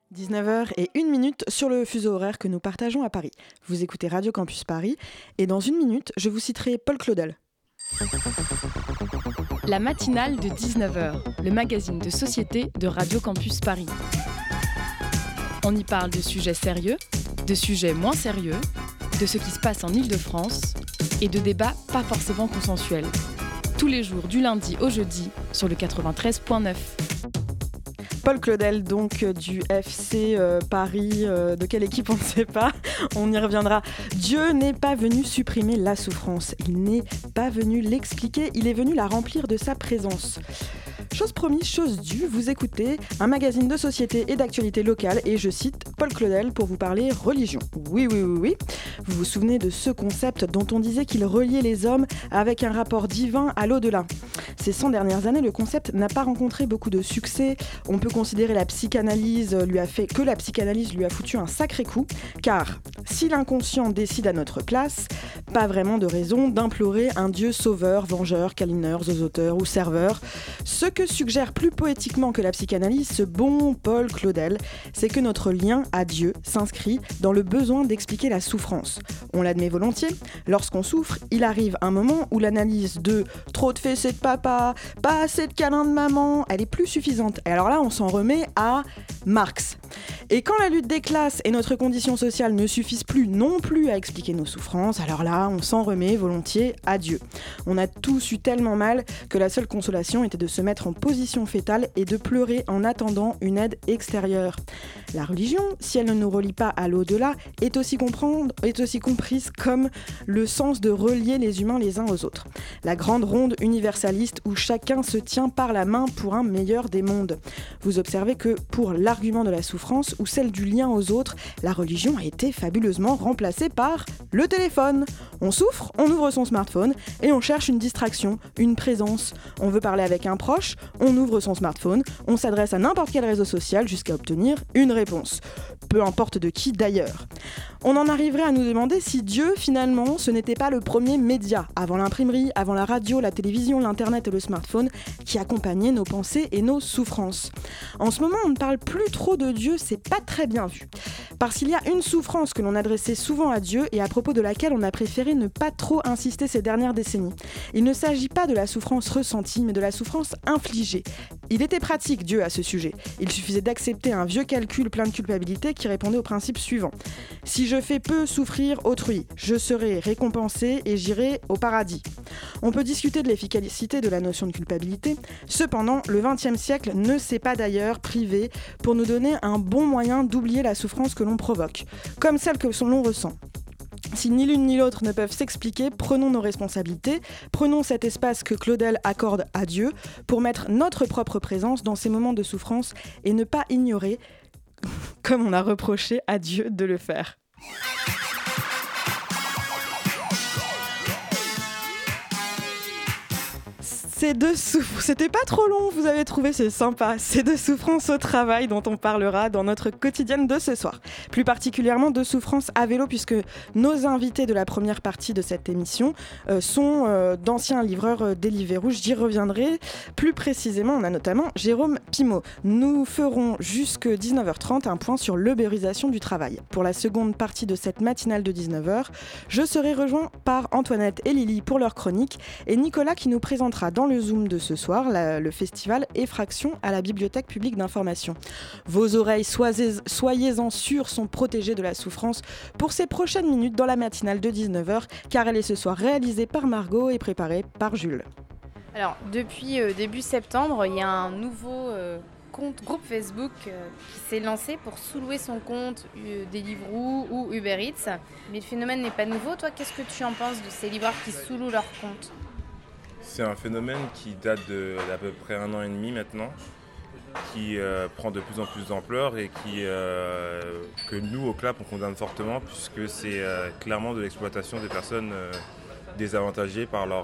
19h01 sur le fuseau horaire que nous partageons à Paris. Vous écoutez Radio Campus Paris et dans une minute, je vous citerai Paul Claudel. La matinale de 19h, le magazine de société de Radio Campus Paris. On y parle de sujets sérieux, de sujets moins sérieux, de ce qui se passe en Île-de-France et de débats pas forcément consensuels. Tous les jours du lundi au jeudi sur le 93.9. Paul Claudel, donc du FC Paris, de quelle équipe on ne sait pas, on y reviendra. Dieu n'est pas venu supprimer la souffrance, il n'est pas venu l'expliquer, il est venu la remplir de sa présence. Chose promise, chose due, vous écoutez un magazine de société et d'actualité locale et je cite Paul Claudel pour vous parler religion. Oui. Vous vous souvenez de ce concept dont on disait qu'il reliait les hommes avec un rapport divin à l'au-delà. Ces 100 dernières années, le concept n'a pas rencontré beaucoup de succès. On peut considérer que la psychanalyse lui a foutu un sacré coup, car si l'inconscient décide à notre place, pas vraiment de raison d'implorer un Dieu sauveur, vengeur, câlineur, zozoteur ou serveur. Ce que suggère plus poétiquement que la psychanalyse ce bon Paul Claudel, c'est que notre lien à Dieu s'inscrit dans le besoin d'expliquer la souffrance. On l'admet volontiers, lorsqu'on souffre, il arrive un moment où l'analyse de « trop de fessées de papa, pas assez de câlins de maman », elle est plus suffisante. Et alors là, on s'en remet à Marx. Et quand la lutte des classes et notre condition sociale ne suffisent plus non plus à expliquer nos souffrances, alors là, on s'en remet volontiers à Dieu. On a tous eu tellement mal que la seule consolation était de se mettre en position fétale et de pleurer en attendant une aide extérieure. La religion, si elle ne nous relie pas à l'au-delà, est aussi comprise comme le sens de relier les humains les uns aux autres. La grande ronde universaliste où chacun se tient par la main pour un meilleur des mondes. Vous observez que pour l'argument de la souffrance ou celle du lien aux autres, la religion a été fabuleusement remplacée par le téléphone. On souffre, on ouvre son smartphone et on cherche une distraction, une présence. On veut parler avec un proche, on ouvre son smartphone, on s'adresse à n'importe quel réseau social jusqu'à obtenir une réponse. Peu importe de qui d'ailleurs. On en arriverait à nous demander si Dieu, finalement, ce n'était pas le premier média, avant l'imprimerie, avant la radio, la télévision, l'internet et le smartphone, qui accompagnait nos pensées et nos souffrances. En ce moment, on ne parle plus trop de Dieu, c'est pas très bien vu. Parce qu'il y a une souffrance que l'on adressait souvent à Dieu et à propos de laquelle on a préféré ne pas trop insister ces dernières décennies. Il ne s'agit pas de la souffrance ressentie, mais de la souffrance infligée. Il était pratique, Dieu, à ce sujet. Il suffisait d'accepter un vieux calcul plein de culpabilité qui répondait au principe suivant. Si je fais peu souffrir autrui, je serai récompensé et j'irai au paradis. On peut discuter de l'efficacité de la notion de culpabilité. Cependant, le XXe siècle ne s'est pas d'ailleurs privé pour nous donner un bon moyen d'oublier la souffrance que l'on provoque, comme celle que l'on ressent. Si ni l'une ni l'autre ne peuvent s'expliquer, prenons nos responsabilités, prenons cet espace que Claudel accorde à Dieu pour mettre notre propre présence dans ces moments de souffrance et ne pas ignorer, comme on a reproché à Dieu de le faire. C'était pas trop long, vous avez trouvé, c'est sympa. C'est de souffrance au travail dont on parlera dans notre quotidienne de ce soir. Plus particulièrement de souffrance à vélo, puisque nos invités de la première partie de cette émission sont d'anciens livreurs Deliveroo. J'y reviendrai. Plus précisément, on a notamment Jérôme Pimaud. Nous ferons jusque 19h30 un point sur l'ubérisation du travail. Pour la seconde partie de cette matinale de 19h, je serai rejoint par Antoinette et Lily pour leur chronique et Nicolas qui nous présentera dans le Zoom de ce soir, le festival Effraction à la Bibliothèque publique d'information. Vos oreilles, soyez-en sûrs, sont protégées de la souffrance pour ces prochaines minutes dans la matinale de 19h, car elle est ce soir réalisée par Margot et préparée par Jules. Alors, depuis début septembre, il y a un nouveau groupe Facebook qui s'est lancé pour sous-louer son compte Deliveroo ou Uber Eats. Mais le phénomène n'est pas nouveau. Toi, qu'est-ce que tu en penses de ces livreurs qui sous-louent leur compte ? C'est un phénomène qui date d'à peu près 1 an et demi maintenant, qui prend de plus en plus d'ampleur et que nous, au CLAP, on condamne fortement puisque c'est clairement de l'exploitation des personnes désavantagées par leur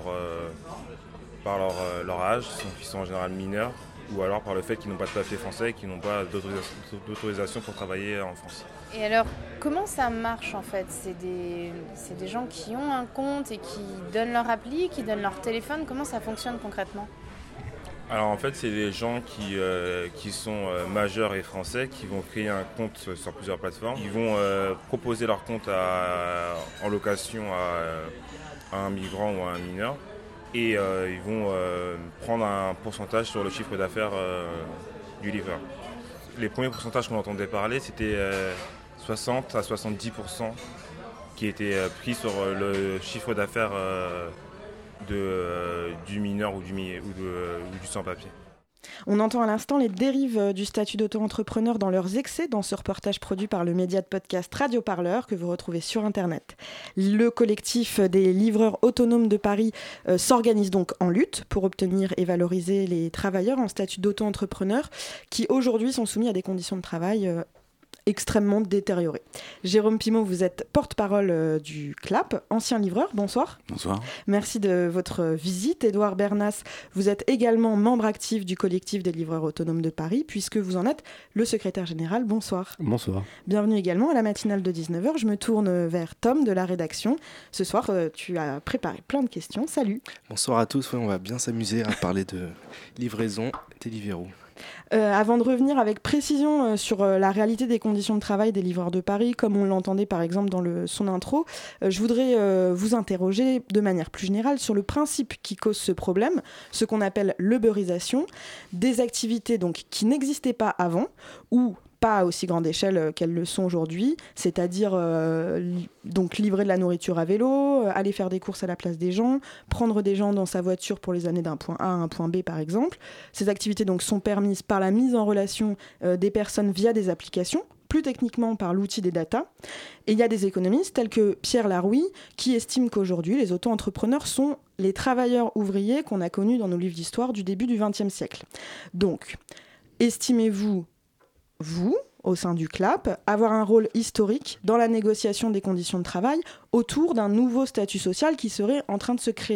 âge, qui sont en général mineurs, ou alors par le fait qu'ils n'ont pas de papier français et qu'ils n'ont pas d'autorisation pour travailler en France. Et alors, comment ça marche en fait ? C'est des gens qui ont un compte et qui donnent leur appli, qui donnent leur téléphone. Comment ça fonctionne concrètement ? Alors en fait, c'est des gens qui sont majeurs et français qui vont créer un compte sur plusieurs plateformes. Ils vont proposer leur compte en location à un migrant ou à un mineur et ils vont prendre un pourcentage sur le chiffre d'affaires du livreur. Les premiers pourcentages qu'on entendait parler, c'était 60 à 70% qui étaient pris sur le chiffre d'affaires du mineur ou du sans-papier. On entend à l'instant les dérives du statut d'auto-entrepreneur dans leurs excès dans ce reportage produit par le média de podcast Radio Parleur que vous retrouvez sur Internet. Le collectif des livreurs autonomes de Paris s'organise donc en lutte pour obtenir et valoriser les travailleurs en statut d'auto-entrepreneur qui aujourd'hui sont soumis à des conditions de travail extrêmement détérioré. Jérôme Pimot, vous êtes porte-parole du CLAP, ancien livreur. Bonsoir. Bonsoir. Merci de votre visite. Édouard Bernas, vous êtes également membre actif du collectif des livreurs autonomes de Paris, puisque vous en êtes le secrétaire général. Bonsoir. Bonsoir. Bienvenue également à la matinale de 19h. Je me tourne vers Tom de la rédaction. Ce soir, tu as préparé plein de questions. Salut. Bonsoir à tous. On va bien s'amuser à parler de livraison Deliveroo. Avant de revenir avec précision sur la réalité des conditions de travail des livreurs de Paris, comme on l'entendait par exemple dans son intro, je voudrais vous interroger de manière plus générale sur le principe qui cause ce problème, ce qu'on appelle l'uberisation, des activités donc, qui n'existaient pas avant ou pas à aussi grande échelle qu'elles le sont aujourd'hui, c'est-à-dire donc livrer de la nourriture à vélo, aller faire des courses à la place des gens, prendre des gens dans sa voiture pour les amener d'un point A à un point B par exemple. Ces activités donc sont permises par la mise en relation des personnes via des applications, plus techniquement par l'outil des data. Et il y a des économistes tels que Pierre Larouille qui estiment qu'aujourd'hui les auto-entrepreneurs sont les travailleurs ouvriers qu'on a connus dans nos livres d'histoire du début du XXe siècle. Donc, estimez-vous vous, au sein du CLAP, avoir un rôle historique dans la négociation des conditions de travail autour d'un nouveau statut social qui serait en train de se créer ?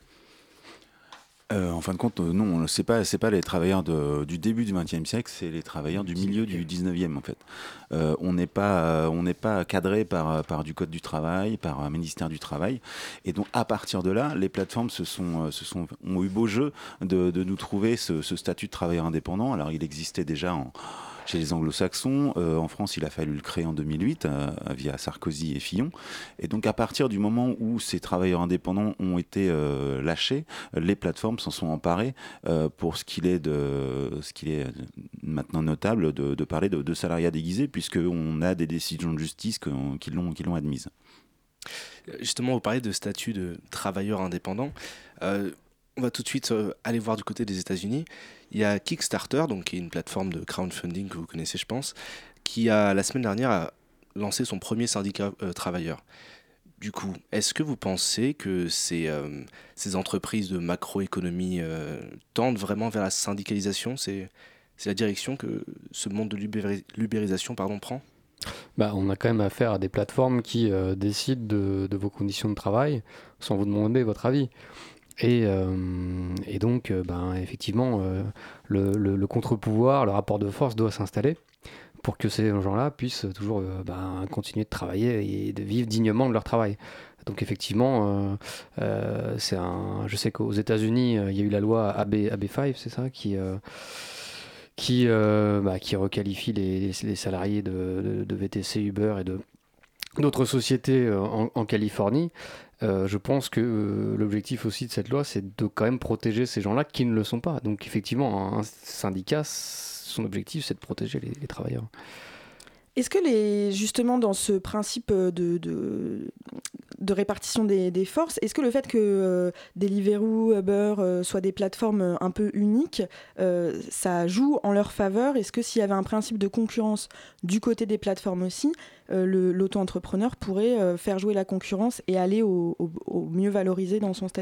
En fin de compte, non, c'est pas les travailleurs du début du XXe siècle, c'est les travailleurs du milieu du XIXe en fait. On n'est pas cadré par du Code du travail, par un ministère du Travail, et donc à partir de là, les plateformes ont eu beau jeu de nous trouver ce statut de travailleur indépendant. Alors il existait déjà chez les anglo-saxons. En France, il a fallu le créer en 2008 via Sarkozy et Fillon. Et donc, à partir du moment où ces travailleurs indépendants ont été lâchés, les plateformes s'en sont emparées pour ce qu'il est maintenant notable de parler de salariat déguisé, puisqu'on a des décisions de justice qui l'ont admise. Justement, vous parlez de statut de travailleur indépendant. On va tout de suite aller voir du côté des États-Unis. Il y a Kickstarter, donc, qui est une plateforme de crowdfunding que vous connaissez, je pense, qui la semaine dernière a lancé son premier syndicat travailleur. Du coup, est-ce que vous pensez que ces entreprises de macroéconomie tendent vraiment vers la syndicalisation ? C'est la direction que ce monde de l'ubérisation prend ? On a quand même affaire à des plateformes qui décident de vos conditions de travail sans vous demander votre avis. Et donc, effectivement, le contre-pouvoir, le rapport de force doit s'installer pour que ces gens-là puissent toujours continuer de travailler et de vivre dignement de leur travail. Donc effectivement, je sais qu'aux États-Unis, il y a eu la loi AB5, c'est ça, qui requalifie les salariés de VTC, Uber et d'autres sociétés en Californie. Je pense que l'objectif aussi de cette loi, c'est de quand même protéger ces gens-là qui ne le sont pas. Donc effectivement, un syndicat, son objectif, c'est de protéger les travailleurs. Est-ce que justement dans ce principe de répartition des forces, est-ce que le fait que Deliveroo, Uber soient des plateformes un peu uniques, ça joue en leur faveur ? Est-ce que s'il y avait un principe de concurrence du côté des plateformes aussi, l'auto-entrepreneur pourrait faire jouer la concurrence et aller au mieux valorisé dans son statut ?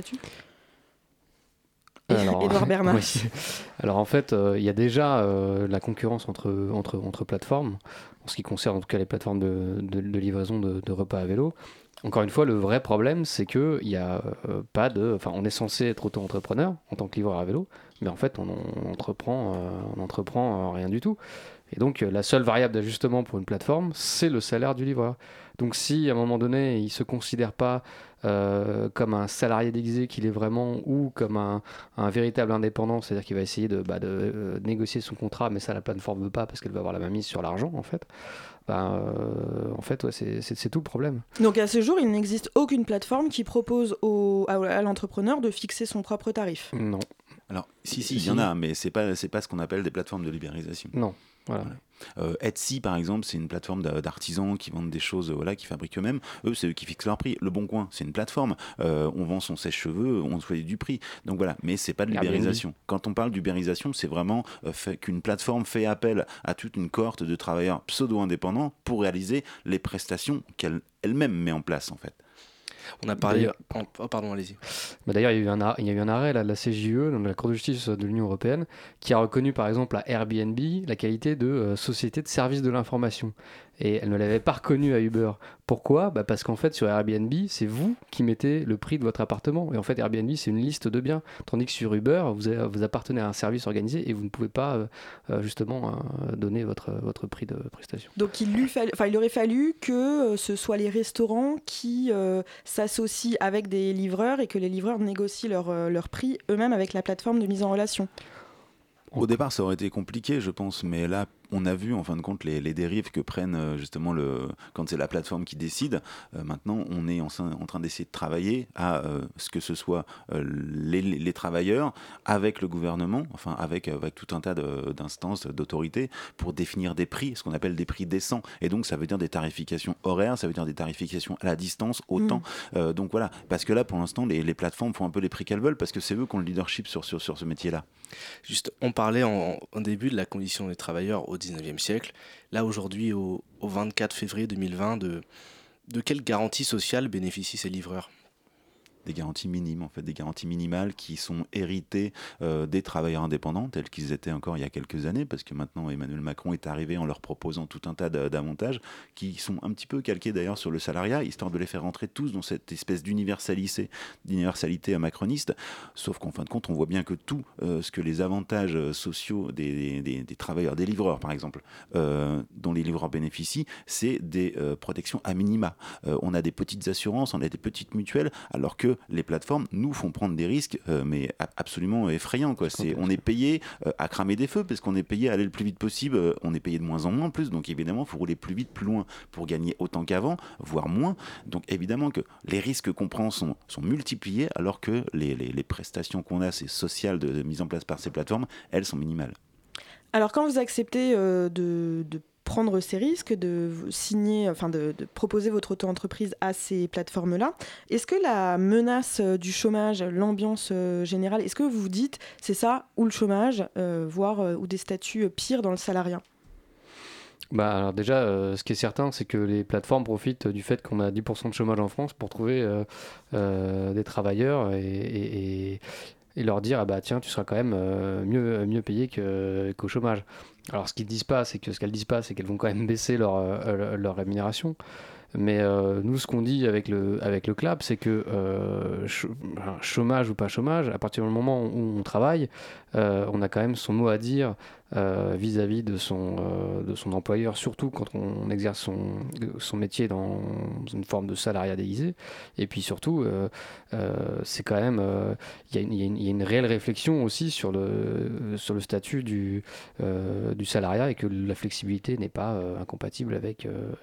Édouard Bernard. Oui. Alors en fait, il y a déjà la concurrence entre plateformes, en ce qui concerne en tout cas les plateformes de livraison de repas à vélo. Encore une fois, le vrai problème, c'est qu'il n'y a pas de... Enfin, on est censé être auto-entrepreneur en tant que livreur à vélo, mais en fait, on entreprend rien du tout. Et donc, la seule variable d'ajustement pour une plateforme, c'est le salaire du livreur. Donc, si à un moment donné, il ne se considère pas comme un salarié déguisé qu'il est vraiment, ou comme un véritable indépendant, c'est-à-dire qu'il va essayer de négocier son contrat, mais ça, la plateforme ne veut pas parce qu'elle veut avoir la main mise sur l'argent, en fait. En fait, ouais, c'est tout le problème. Donc à ce jour, il n'existe aucune plateforme qui propose à l'entrepreneur de fixer son propre tarif. Non. Alors, si, il y en a, mais c'est pas ce qu'on appelle des plateformes de libéralisation. Non. Voilà. Etsy par exemple, c'est une plateforme d'artisans qui vendent des choses, qui fabriquent eux-mêmes. Eux, c'est eux qui fixent leur prix. Le Bon Coin, c'est une plateforme. On vend son sèche-cheveux, on choisit du prix. Donc voilà, mais c'est pas de l'ubérisation. Quand on parle d'ubérisation, c'est vraiment qu'une plateforme fait appel à toute une cohorte de travailleurs pseudo-indépendants pour réaliser les prestations qu'elle elle-même met en place en fait. On a parlé... pardon, allez-y. D'ailleurs, il y a eu un arrêt là, de la CJUE, donc de la Cour de justice de l'Union européenne, qui a reconnu par exemple à Airbnb la qualité de société de service de l'information. Et elle ne l'avait pas reconnu à Uber. Pourquoi ? Parce qu'en fait, sur Airbnb, c'est vous qui mettez le prix de votre appartement. Et en fait, Airbnb, c'est une liste de biens. Tandis que sur Uber, vous appartenez à un service organisé et vous ne pouvez pas justement donner votre prix de prestation. Donc il aurait fallu que ce soit les restaurants qui s'associent avec des livreurs et que les livreurs négocient leur prix eux-mêmes avec la plateforme de mise en relation. Au départ, ça aurait été compliqué, je pense, mais là, on a vu en fin de compte les dérives que prennent justement quand c'est la plateforme qui décide. Maintenant, on est en train d'essayer de travailler à ce que ce soit les travailleurs avec le gouvernement, enfin avec tout un tas d'instances, d'autorités pour définir des prix, ce qu'on appelle des prix décents. Et donc, ça veut dire des tarifications horaires, ça veut dire des tarifications à la distance, au temps. Donc voilà, parce que là, pour l'instant, les plateformes font un peu les prix qu'elles veulent parce que c'est eux qui ont le leadership sur ce métier-là. Juste, on parlait en début de la condition des travailleurs au 19e siècle. Là, aujourd'hui, au 24 février 2020, de quelles garanties sociales bénéficient ces livreurs ? Des garanties minimes, en fait, des garanties minimales qui sont héritées des travailleurs indépendants, tels qu'ils étaient encore il y a quelques années, parce que maintenant Emmanuel Macron est arrivé en leur proposant tout un tas d'avantages qui sont un petit peu calqués d'ailleurs sur le salariat, histoire de les faire rentrer tous dans cette espèce d'universalité macroniste, sauf qu'en fin de compte, on voit bien que tout ce que les avantages sociaux des travailleurs, des livreurs par exemple, dont les livreurs bénéficient, c'est des protections à minima. On a des petites assurances, on a des petites mutuelles, alors que les plateformes nous font prendre des risques mais absolument effrayants, quoi. On est payé à cramer des feux parce qu'on est payé à aller le plus vite possible, on est payé de moins en moins en plus, donc évidemment il faut rouler plus vite, plus loin pour gagner autant qu'avant, voire moins. Donc évidemment que les risques qu'on prend sont multipliés alors que les prestations qu'on a, ces sociales de mise en place par ces plateformes, elles sont minimales. Alors quand vous acceptez de prendre ces risques, de signer, enfin de proposer votre auto-entreprise à ces plateformes-là, est-ce que la menace du chômage, l'ambiance générale, est-ce que vous vous dites c'est ça ou le chômage, voire ou des statuts pires dans le salariat ? Alors déjà, ce qui est certain, c'est que les plateformes profitent du fait qu'on a 10% de chômage en France pour trouver des travailleurs et leur dire tiens, tu seras quand même mieux payé qu'au chômage. Alors ce qu'elles disent pas, c'est qu'elles vont quand même baisser leur rémunération. Mais nous, ce qu'on dit avec le CLAB, c'est que chômage ou pas chômage, à partir du moment où on travaille, on a quand même son mot à dire vis-à-vis de son employeur, surtout quand on exerce son métier dans une forme de salariat déguisé. Et puis surtout, c'est quand même, il y a une réelle réflexion aussi sur le statut du salariat et que la flexibilité n'est pas incompatible avec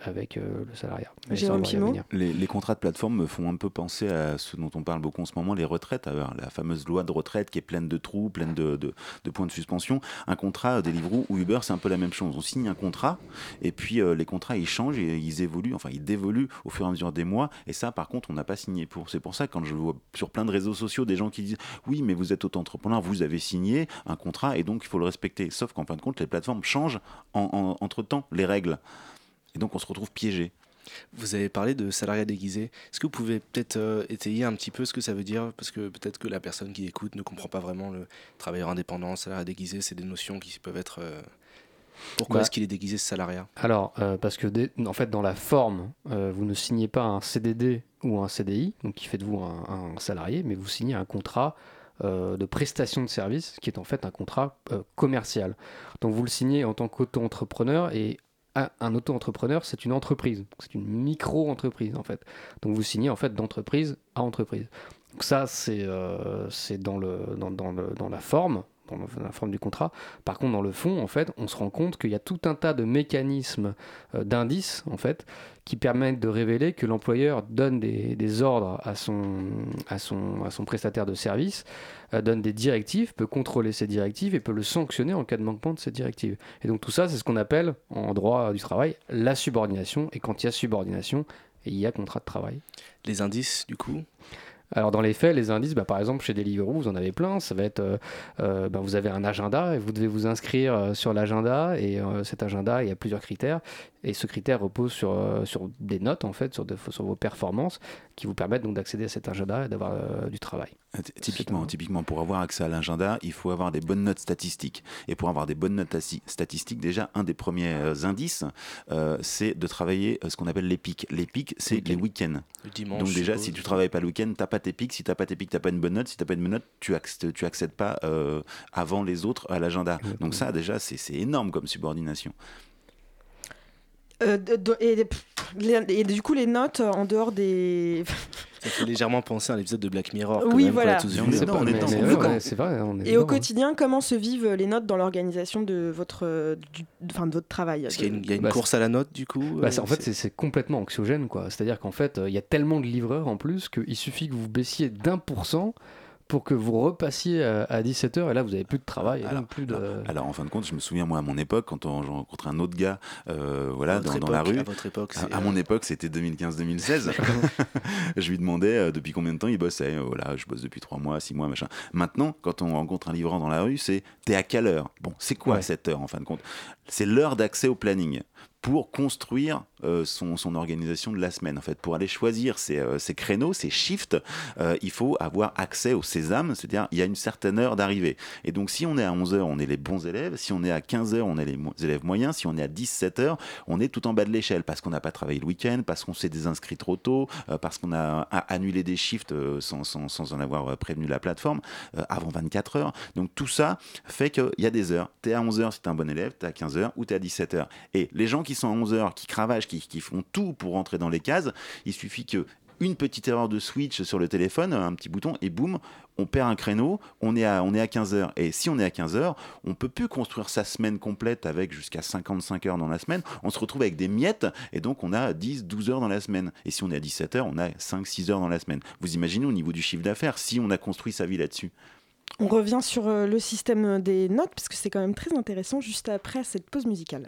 le salariat. Jérôme Pimot. Les contrats de plateforme me font un peu penser à ce dont on parle beaucoup en ce moment, les retraites, la fameuse loi de retraite qui est pleine de trous, pleine de points de suspension. Un contrat Deliveroo ou Uber, c'est un peu la même chose. On signe un contrat et puis les contrats ils changent et ils évoluent, enfin ils dévoluent au fur et à mesure des mois, et ça par contre on n'a pas signé pour. C'est pour ça que quand je vois sur plein de réseaux sociaux des gens qui disent oui mais vous êtes auto-entrepreneur, vous avez signé un contrat et donc il faut le respecter, sauf qu'en fin de compte les plateformes changent entre temps les règles et donc on se retrouve piégé. Vous avez parlé de salariat déguisé. Est-ce que vous pouvez peut-être étayer un petit peu ce que ça veut dire ? Parce que peut-être que la personne qui écoute ne comprend pas vraiment le travailleur indépendant, salariat déguisé, c'est des notions qui peuvent être... Pourquoi est-ce qu'il est déguisé ce salariat ? Alors, parce que en fait, dans la forme, vous ne signez pas un CDD ou un CDI, donc qui fait de vous un salarié, mais vous signez un contrat de prestation de service, qui est en fait un contrat commercial. Donc vous le signez en tant qu'auto-entrepreneur, et un auto-entrepreneur, c'est une entreprise, c'est une micro-entreprise en fait. Donc vous signez en fait d'entreprise à entreprise. Donc ça, c'est dans la forme. Dans la forme du contrat. Par contre, dans le fond, en fait, on se rend compte qu'il y a tout un tas de mécanismes d'indices, en fait, qui permettent de révéler que l'employeur donne des ordres à son prestataire de service, donne des directives, peut contrôler ces directives et peut le sanctionner en cas de manquement de ces directives. Et donc tout ça, c'est ce qu'on appelle, en droit du travail, la subordination. Et quand il y a subordination, il y a contrat de travail. Les indices, du coup ? Alors dans les faits, les indices, par exemple chez Deliveroo, vous en avez plein. Ça va être, vous avez un agenda et vous devez vous inscrire sur l'agenda, et cet agenda, il y a plusieurs critères, et ce critère repose sur des notes en fait, sur vos performances, qui vous permettent donc d'accéder à cet agenda et d'avoir du travail. Typiquement, pour avoir accès à l'agenda, il faut avoir des bonnes notes statistiques. Et pour avoir des bonnes notes statistiques, déjà, un des premiers indices, c'est de travailler ce qu'on appelle les pics. Les pics, c'est les week-ends. Le dimanche. Donc déjà, si tu ne travailles pas le week-end, tu n'as pas tes pics. Si tu n'as pas tes pics, tu n'as pas une bonne note. Si tu n'as pas une bonne note, tu accèdes pas avant les autres à l'agenda. Donc ça, déjà, c'est énorme comme subordination. Et du coup, les notes en dehors des... Ça fait légèrement penser à l'épisode de Black Mirror. Oui, voilà. C'est vrai. Et au quotidien, comment se vivent les notes dans l'organisation de votre travail? Est-ce qu'il y a une course à la note, du coup En fait, c'est complètement anxiogène, quoi. C'est-à-dire qu'en fait, il y a tellement de livreurs en plus qu'il suffit que vous baissiez d'1% pour que vous repassiez à 17h, et là vous n'avez plus de travail. Alors en fin de compte, je me souviens, moi à mon époque, quand je rencontrais un autre gars dans la rue, à votre époque, à mon époque c'était 2015-2016, je lui demandais depuis combien de temps il bossait. Voilà, je bosse depuis 3 mois, 6 mois, machin. Maintenant, quand on rencontre un livreur dans la rue, c'est t'es à quelle heure? Bon, c'est quoi cette heure en fin de compte? C'est l'heure d'accès au planning pour construire son organisation de la semaine. En fait, pour aller choisir ses créneaux, ses shifts, il faut avoir accès au sésame, c'est-à-dire il y a une certaine heure d'arrivée. Et donc si on est à 11h, on est les bons élèves, si on est à 15h, on est les élèves moyens, si on est à 17h, on est tout en bas de l'échelle, parce qu'on n'a pas travaillé le week-end, parce qu'on s'est désinscrit trop tôt, parce qu'on a annulé des shifts sans en avoir prévenu la plateforme avant 24 heures. Donc tout ça fait qu'il y a des heures. Tu es à 11h si tu es un bon élève, tu es à 15h ou tu es à 17h. Et les gens qui sont à 11h, qui cravagent, qui font tout pour rentrer dans les cases, il suffit qu'une petite erreur de switch sur le téléphone, un petit bouton, et boum, on perd un créneau, on est à 15h. Et si on est à 15h, on ne peut plus construire sa semaine complète avec jusqu'à 55 heures dans la semaine. On se retrouve avec des miettes, et donc on a 10-12 heures dans la semaine. Et si on est à 17h, on a 5-6 heures dans la semaine. Vous imaginez au niveau du chiffre d'affaires, si on a construit sa vie là-dessus. On revient sur le système des notes, parce que c'est quand même très intéressant, juste après cette pause musicale.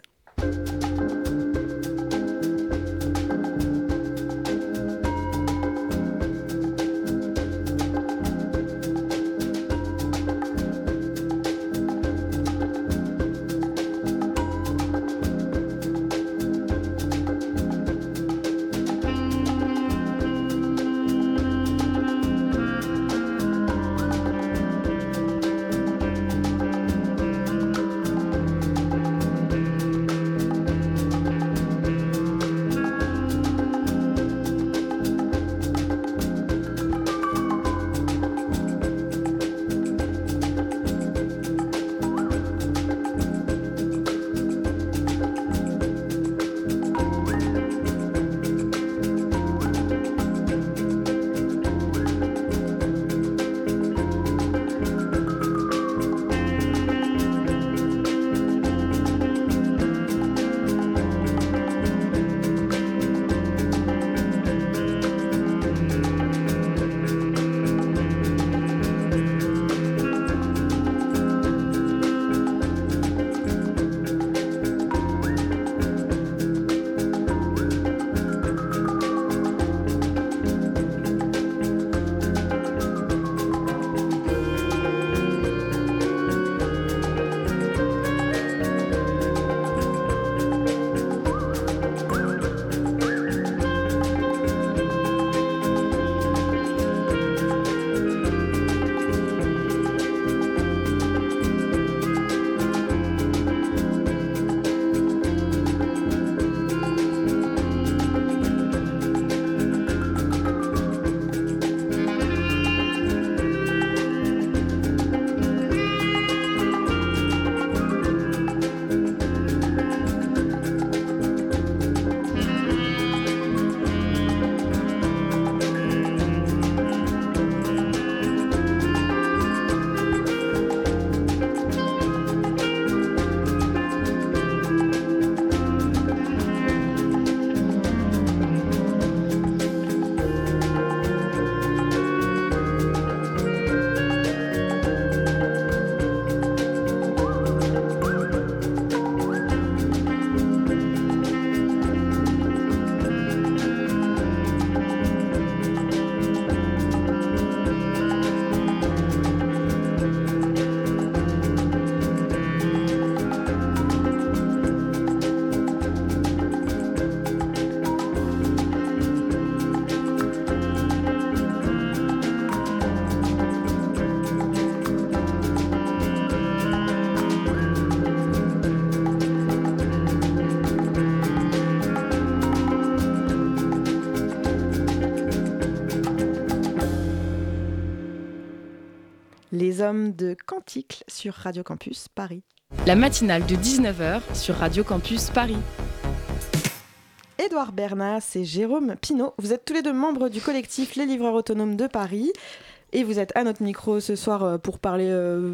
Tom de Canticle sur Radio Campus Paris. La matinale de 19h sur Radio Campus Paris. Édouard Bernas et Jérôme Pinault, vous êtes tous les deux membres du collectif Les Livreurs Autonomes de Paris. Et vous êtes à notre micro ce soir pour parler,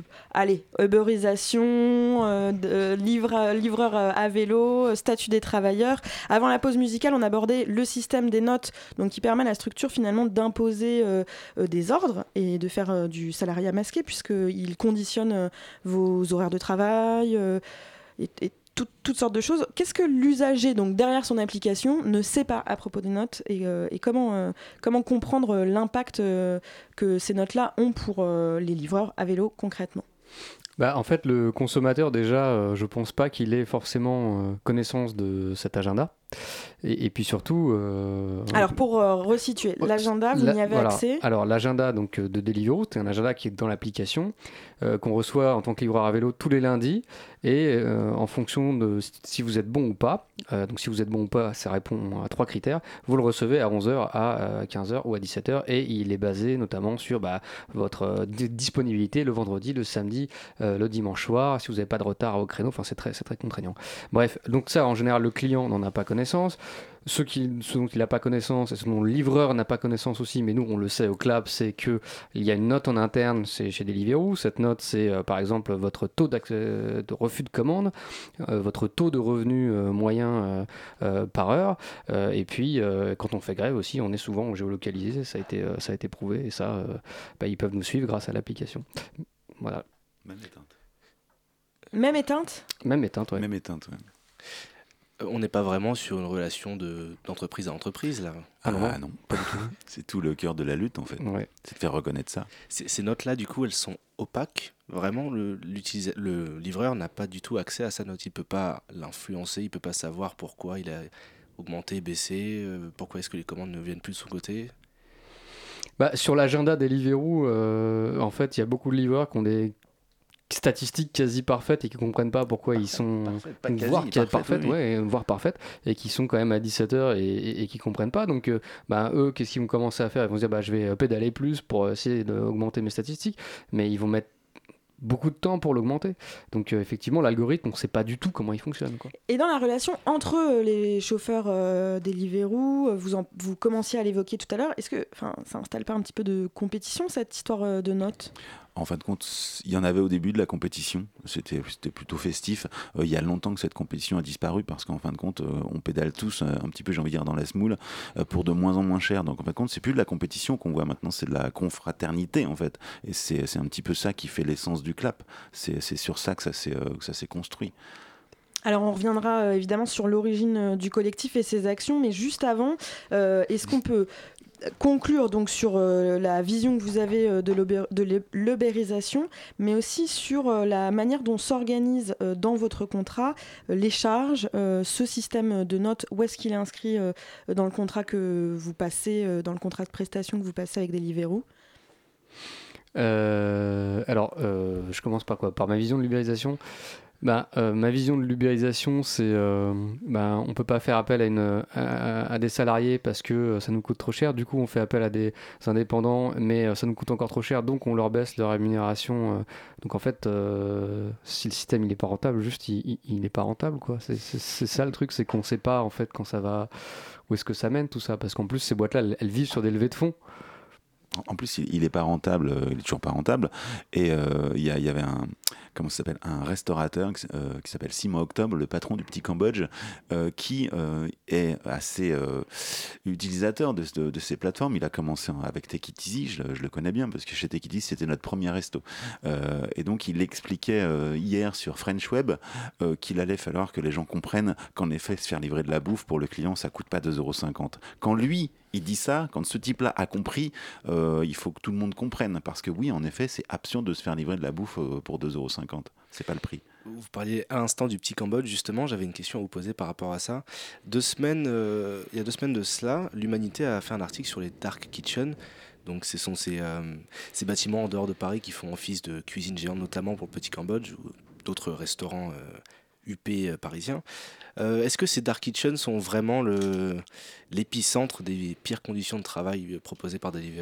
uberisation, livreur à vélo, statut des travailleurs. Avant la pause musicale, on abordait le système des notes, donc qui permet à la structure finalement d'imposer des ordres et de faire du salariat masqué, puisqu'il conditionne vos horaires de travail et toutes sortes de choses. Qu'est-ce que l'usager, donc derrière son application, ne sait pas à propos des notes et comment comprendre l'impact que ces notes-là ont pour les livreurs à vélo concrètement ? En fait, le consommateur, déjà, je pense pas qu'il ait forcément connaissance de cet agenda. Et puis surtout... Alors, pour resituer, l'agenda, vous n'y avez accès ? Alors, l'agenda donc, de Deliveroo, c'est un agenda qui est dans l'application, qu'on reçoit en tant que livreur à vélo tous les lundis, et en fonction de si vous êtes bon ou pas, donc si vous êtes bon ou pas, ça répond à 3 critères, vous le recevez à 11h, à 15h ou à 17h, et il est basé notamment sur votre disponibilité le vendredi, le samedi, le dimanche soir, si vous n'avez pas de retard au créneau, c'est très contraignant. Bref, donc ça, en général, le client n'en a pas connaissance. Ce dont il n'a pas connaissance et ce dont le livreur n'a pas connaissance aussi, mais nous on le sait au CLAB, c'est qu'il y a une note en interne chez Deliveroo. Cette note, c'est par exemple votre taux de refus de commande, votre taux de revenu moyen par heure, et puis quand on fait grève aussi, on est souvent géolocalisé, ça a été prouvé, et ça, ils peuvent nous suivre grâce à l'application. Voilà. Même éteinte. Même éteinte ? Même éteinte, ouais. Même éteinte, ouais. On n'est pas vraiment sur une relation d'entreprise à entreprise, là. Ah non, pas du tout. C'est tout le cœur de la lutte, en fait. Ouais. C'est de faire reconnaître ça. Ces notes-là, du coup, elles sont opaques. Vraiment, le livreur n'a pas du tout accès à sa note. Il ne peut pas l'influencer, il ne peut pas savoir pourquoi il a augmenté, baissé, pourquoi est-ce que les commandes ne viennent plus de son côté. Sur l'agenda des Deliveroo, en fait, il y a beaucoup de livreurs qui ont des statistiques quasi parfaites et qui ne comprennent pas pourquoi ils sont voire parfaites et qui sont quand même à 17h et qui ne comprennent pas. Donc eux, qu'est-ce qu'ils vont commencer à faire ? Ils vont se dire je vais pédaler plus pour essayer d'augmenter mes statistiques, mais ils vont mettre beaucoup de temps pour l'augmenter. Donc effectivement, l'algorithme, on ne sait pas du tout comment il fonctionne, quoi. Et dans la relation entre les chauffeurs Deliveroo, vous commenciez à l'évoquer tout à l'heure, est-ce que ça installe pas un petit peu de compétition, cette histoire de notes ? En fin de compte, il y en avait au début de la compétition, c'était plutôt festif. Il y a longtemps que cette compétition a disparu parce qu'en fin de compte, on pédale tous un petit peu, j'ai envie de dire, dans la semoule pour de moins en moins cher. Donc en fin de compte, c'est plus de la compétition qu'on voit maintenant, c'est de la confraternité en fait. Et c'est un petit peu ça qui fait l'essence du CLAP. C'est sur ça que ça s'est construit. Alors on reviendra évidemment sur l'origine du collectif et ses actions, mais juste avant, est-ce qu'on peut conclure donc sur la vision que vous avez de l'ubérisation, mais aussi sur la manière dont s'organise dans votre contrat les charges, ce système de notes, où est-ce qu'il est inscrit dans le contrat que vous passez, dans le contrat de prestation que vous passez avec Deliveroo ? Je commence par quoi ? Par ma vision de l'ubérisation. Ma vision de l'ubérisation, c'est on peut pas faire appel à des salariés parce que ça nous coûte trop cher. Du coup, on fait appel à des indépendants, mais ça nous coûte encore trop cher, donc on leur baisse leur rémunération. Donc en fait, si le système il est pas rentable, juste il est pas rentable, quoi. C'est ça le truc, c'est qu'on sait pas en fait quand ça va, où est-ce que ça mène tout ça, parce qu'en plus ces boîtes-là, elles vivent sur des levées de fonds. En plus, il est pas rentable, il est toujours pas rentable. Et il y avait un restaurateur qui s'appelle Simon Octobre, le patron du Petit Cambodge, qui est assez utilisateur de ces plateformes. Il a commencé avec Take It Easy, je le connais bien parce que chez Take It Easy c'était notre premier resto. Et donc il expliquait hier sur French Web qu'il allait falloir que les gens comprennent qu'en effet se faire livrer de la bouffe pour le client ça coûte pas 2,50 €. Quand lui il dit ça, quand ce type-là a compris, il faut que tout le monde comprenne. Parce que oui, en effet, c'est absurde de se faire livrer de la bouffe pour 2,50 €. C'est pas le prix. Vous parliez à l'instant du Petit Cambodge, justement, j'avais une question à vous poser par rapport à ça. Il y a 2 semaines de cela, l'Humanité a fait un article sur les Dark Kitchen. Donc ce sont ces bâtiments en dehors de Paris qui font office de cuisine géante, notamment pour le Petit Cambodge ou d'autres restaurants UP parisiens. Est-ce que ces Dark Kitchen sont vraiment l'épicentre des pires conditions de travail proposées par Deliveroo ?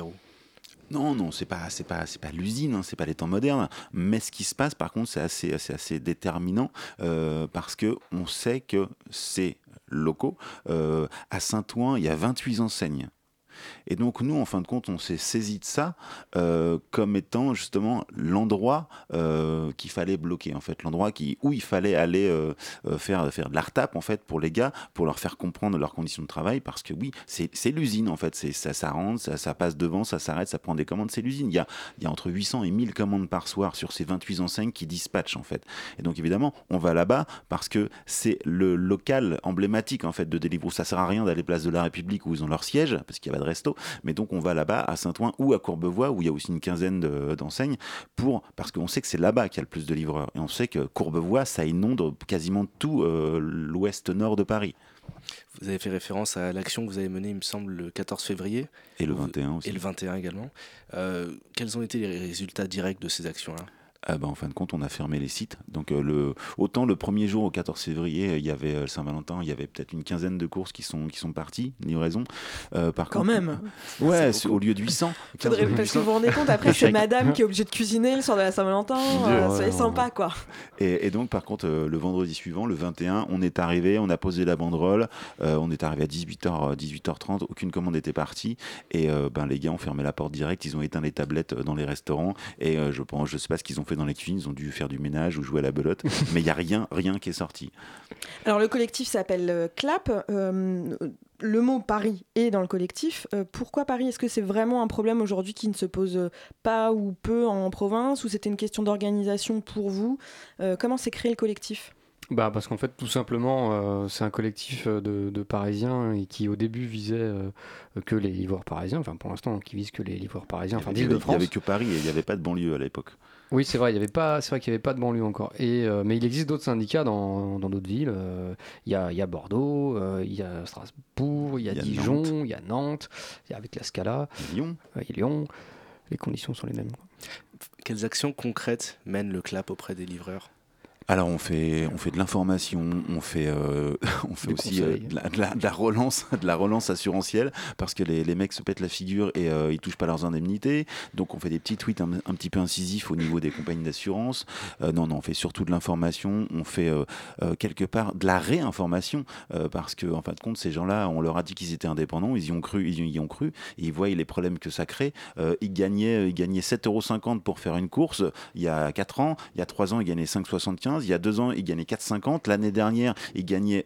Non, c'est pas l'usine, hein, c'est pas les temps modernes. Mais ce qui se passe, par contre, c'est assez déterminant parce que on sait que c'est locaux. À Saint-Ouen, il y a 28 enseignes. Et donc nous, en fin de compte, on s'est saisi de ça comme étant justement l'endroit qu'il fallait bloquer, en fait, l'endroit où il fallait aller faire de la retape, en fait, pour les gars, pour leur faire comprendre leurs conditions de travail, parce que oui, c'est l'usine, en fait, ça rentre, ça passe devant, ça s'arrête, ça prend des commandes, c'est l'usine. Il y a entre 800 et 1000 commandes par soir sur ces 28 enseignes qui dispatchent, en fait. Et donc évidemment, on va là-bas parce que c'est le local emblématique, en fait, de Deliveroo. Ça sert à rien d'aller place de la République où ils ont leur siège, parce qu'il y a pas de resto, mais donc on va là-bas à Saint-Ouen ou à Courbevoie où il y a aussi une quinzaine d'enseignes parce qu'on sait que c'est là-bas qu'il y a le plus de livreurs et on sait que Courbevoie ça inonde quasiment tout l'ouest-nord de Paris. Vous avez fait référence à l'action que vous avez menée, il me semble, le 14 février. Et le 21 aussi. Et le 21 également. Quels ont été les résultats directs de ces actions-là ? En fin de compte, on a fermé les sites. Donc, autant le premier jour, au 14 février, il y avait le Saint-Valentin, il y avait peut-être une quinzaine de courses qui sont parties, livraison. Quand même. Ouais, au lieu de 800. Parce que vous vous rendez compte, après, c'est madame qui est obligée de cuisiner le soir de la Saint-Valentin. C'est sympa, quoi. Et donc, par contre, le vendredi suivant, le 21, on est arrivé, on a posé la banderole, on est arrivé à 18h30, aucune commande n'était partie. Et les gars ont fermé la porte direct, ils ont éteint les tablettes dans les restaurants. Et je sais pas ce qu'ils ont fait dans les cuisines, ils ont dû faire du ménage ou jouer à la belote, mais il n'y a rien qui est sorti. Alors le collectif s'appelle CLAP, le mot Paris est dans le collectif. Pourquoi Paris ? Est-ce que c'est vraiment un problème aujourd'hui qui ne se pose pas ou peu en province, ou c'était une question d'organisation pour vous ? Comment s'est créé le collectif ? Parce qu'en fait, tout simplement, c'est un collectif de Parisiens et qui, au début, visait que les livreurs parisiens. Enfin, pour l'instant, qui vise que les livreurs parisiens, d'Île-de-France. Il n'y avait que Paris et il n'y avait pas de banlieue à l'époque. Oui, c'est vrai, c'est vrai qu'il n'y avait pas de banlieue encore. Mais il existe d'autres syndicats dans d'autres villes. Il y a Bordeaux, il y a Strasbourg, il y a Dijon, Nantes. Il y a Nantes, il y a avec la Scala, Lyon. Lyon. Les conditions sont les mêmes, quoi. Quelles actions concrètes mène le CLAP auprès des livreurs ? Alors on fait de l'information, on fait aussi de la relance assurantielle parce que les mecs se pètent la figure et ils touchent pas leurs indemnités. Donc on fait des petits tweets un petit peu incisifs au niveau des compagnies d'assurance. Non, on fait surtout de l'information, on fait quelque part de la réinformation parce que en fin de compte ces gens-là, on leur a dit qu'ils étaient indépendants, ils y ont cru, et ils voient les problèmes que ça crée. Ils gagnaient 7,50 € pour faire une course il y a 4 ans, il y a 3 ans ils gagnaient 5,75. Il y a 2 ans, il gagnait 4,50. L'année dernière, il gagnait...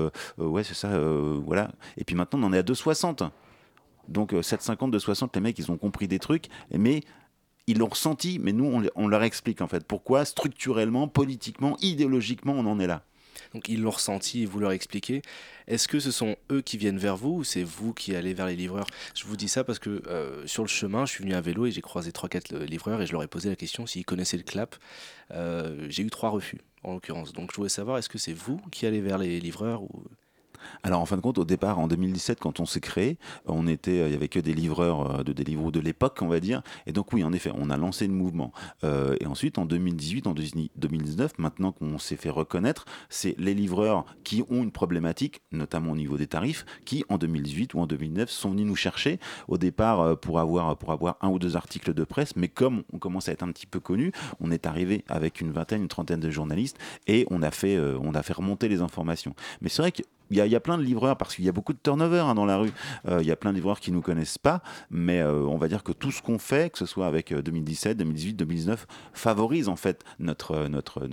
voilà. Et puis maintenant, on en est à 2,60. Donc 7,50, 2,60, les mecs, ils ont compris des trucs, mais ils l'ont ressenti, mais nous, on leur explique, en fait, pourquoi, structurellement, politiquement, idéologiquement, on en est là. Donc ils l'ont ressenti et vous leur expliquez. Est-ce que ce sont eux qui viennent vers vous ou c'est vous qui allez vers les livreurs ? Je vous dis ça parce que sur le chemin, je suis venu à vélo et j'ai croisé 3-4 livreurs et je leur ai posé la question s'ils connaissaient le CLAP. J'ai eu 3 refus en l'occurrence. Donc je voulais savoir, est-ce que c'est vous qui allez vers les livreurs ou... Alors en fin de compte, au départ, en 2017, quand on s'est créé, il y avait que des livreurs de Deliveroo de l'époque, on va dire. Et donc oui, en effet, on a lancé le mouvement. Et ensuite, en 2018, en 2019, maintenant qu'on s'est fait reconnaître, c'est les livreurs qui ont une problématique, notamment au niveau des tarifs, qui en 2018 ou en 2009 sont venus nous chercher au départ pour avoir 1 ou 2 articles de presse. Mais comme on commence à être un petit peu connu, on est arrivé avec une trentaine de journalistes et on a fait remonter les informations. Mais c'est vrai que il y a plein de livreurs, parce qu'il y a beaucoup de turnover dans la rue. Il y a plein de livreurs qui ne nous connaissent pas, mais on va dire que tout ce qu'on fait, que ce soit avec 2017, 2018, 2019, favorise en fait notre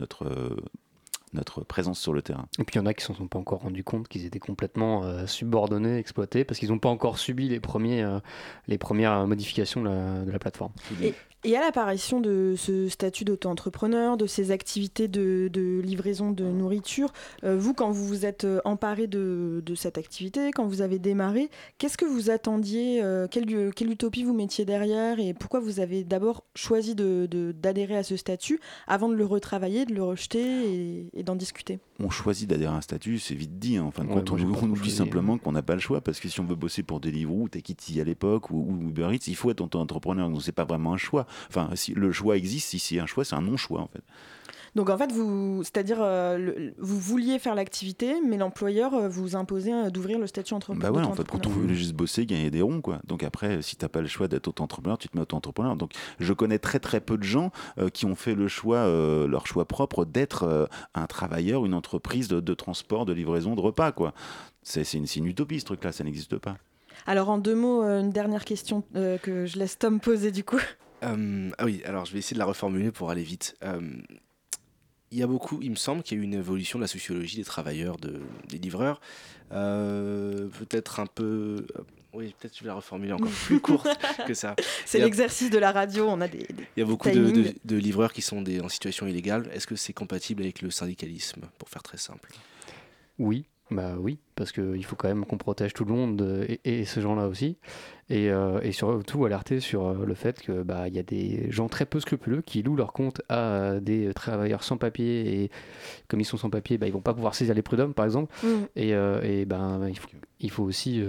présence sur le terrain. Et puis il y en a qui ne se sont pas encore rendus compte qu'ils étaient complètement subordonnés, exploités, parce qu'ils n'ont pas encore subi les premières modifications de la plateforme. Et à l'apparition de ce statut d'auto-entrepreneur, de ces activités de livraison de nourriture, vous, quand vous vous êtes emparé de cette activité, quand vous avez démarré, qu'est-ce que vous attendiez, quelle utopie vous mettiez derrière, et pourquoi vous avez d'abord choisi d'adhérer à ce statut avant de le retravailler, de le rejeter et d'en discuter ? On choisit d'adhérer à un statut, c'est vite dit. En fin de compte, on nous dit simplement qu'on n'a pas le choix, parce que si on veut bosser pour Deliveroo, Take It à l'époque, ou Uber Eats, il faut être auto-entrepreneur, donc c'est pas vraiment un choix. Enfin, si le choix existe, si c'est un choix, c'est un non-choix en fait. Donc en fait, vous vouliez faire l'activité, mais l'employeur vous imposait d'ouvrir le statut entrepreneur. Bah ouais, en fait, quand on voulait juste bosser, gagner des ronds, quoi. Donc après, si t'as pas le choix d'être auto-entrepreneur, tu te mets auto-entrepreneur. Donc je connais très très peu de gens qui ont fait le choix, leur choix propre, d'être un travailleur, une entreprise de transport, de livraison, de repas, quoi. C'est une utopie, ce truc-là, ça n'existe pas. Alors en 2 mots, une dernière question que je laisse Tom poser du coup. Ah oui, alors je vais essayer de la reformuler pour aller vite. Il me semble qu'il y a eu une évolution de la sociologie des travailleurs, des livreurs. Peut-être un peu... Oui, peut-être je vais la reformuler encore plus courte que ça. C'est l'exercice de la radio, on a des il y a beaucoup de livreurs qui sont en situation illégale. Est-ce que c'est compatible avec le syndicalisme, pour faire très simple ? Oui. Bah oui, parce qu'il faut quand même qu'on protège tout le monde et ces gens-là aussi. Et surtout alerter sur le fait que y a des gens très peu scrupuleux qui louent leur compte à des travailleurs sans papier, et comme ils sont sans papier, ils vont pas pouvoir saisir les prud'hommes par exemple. Il faut aussi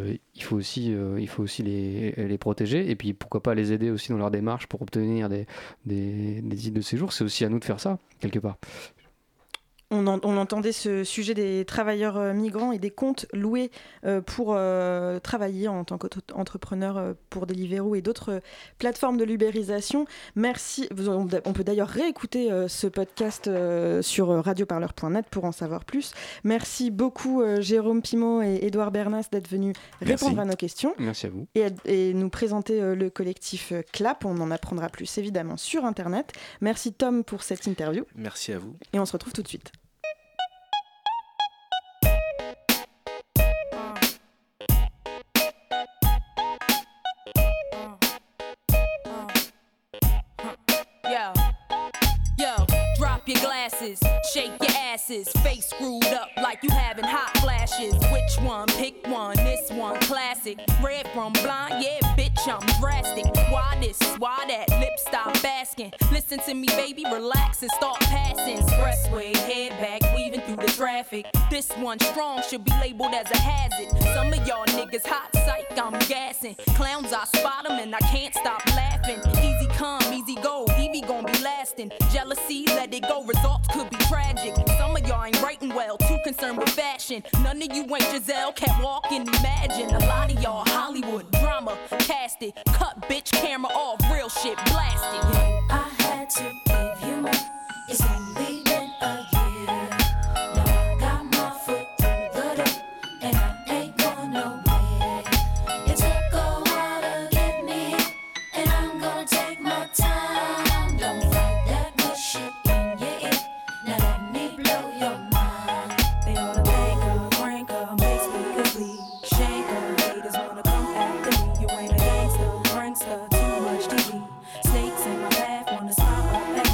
les protéger, et puis pourquoi pas les aider aussi dans leur démarche pour obtenir des titres de séjour. C'est aussi à nous de faire ça quelque part. On entendait ce sujet des travailleurs migrants et des comptes loués pour travailler en tant qu'entrepreneur pour Deliveroo et d'autres plateformes de l'ubérisation. Merci. On peut d'ailleurs réécouter ce podcast sur radioparleur.net pour en savoir plus. Merci beaucoup Jérôme Pimot et Édouard Bernas d'être venus répondre à nos questions. Merci à vous. Et nous présenter le collectif CLAP. On en apprendra plus évidemment sur Internet. Merci Tom pour cette interview. Merci à vous. Et on se retrouve tout de suite. Your glasses, shake your asses, face screwed up like you having hot flashes. Which one? Pick one. This one classic. Red from blind, yeah, bitch, I'm drastic. Why this? Why that? Lip stop asking. Listen to me, baby, relax and start passing. Expressway, head back, weaving through the traffic. This one strong should be labeled as a hazard. Some of y'all niggas hot psych, I'm gassing. Clowns, I spot them and I can't stop laughing. Easy come, easy go, Evie gon' be lasting. Jealousy, let it go, results could be tragic. Some of y'all ain't writing well, too concerned with fashion. None of you ain't Giselle, can't walk and imagine. A lot of y'all Hollywood drama, cast it. Cut bitch, camera off, real shit, blast it. I had to give you more, it's only been a year. Now I got my foot through the door, and I ain't going nowhere. It took a while to get me, and I'm gonna take my time. Don't fight that good shit in your ear, now let me blow your mind. They ought to bank her, crank her, make speakers leave. Shank her, haters wanna come after me. You ain't a gangster, prankster, too much TV. Snakes in my path, wanna smile up at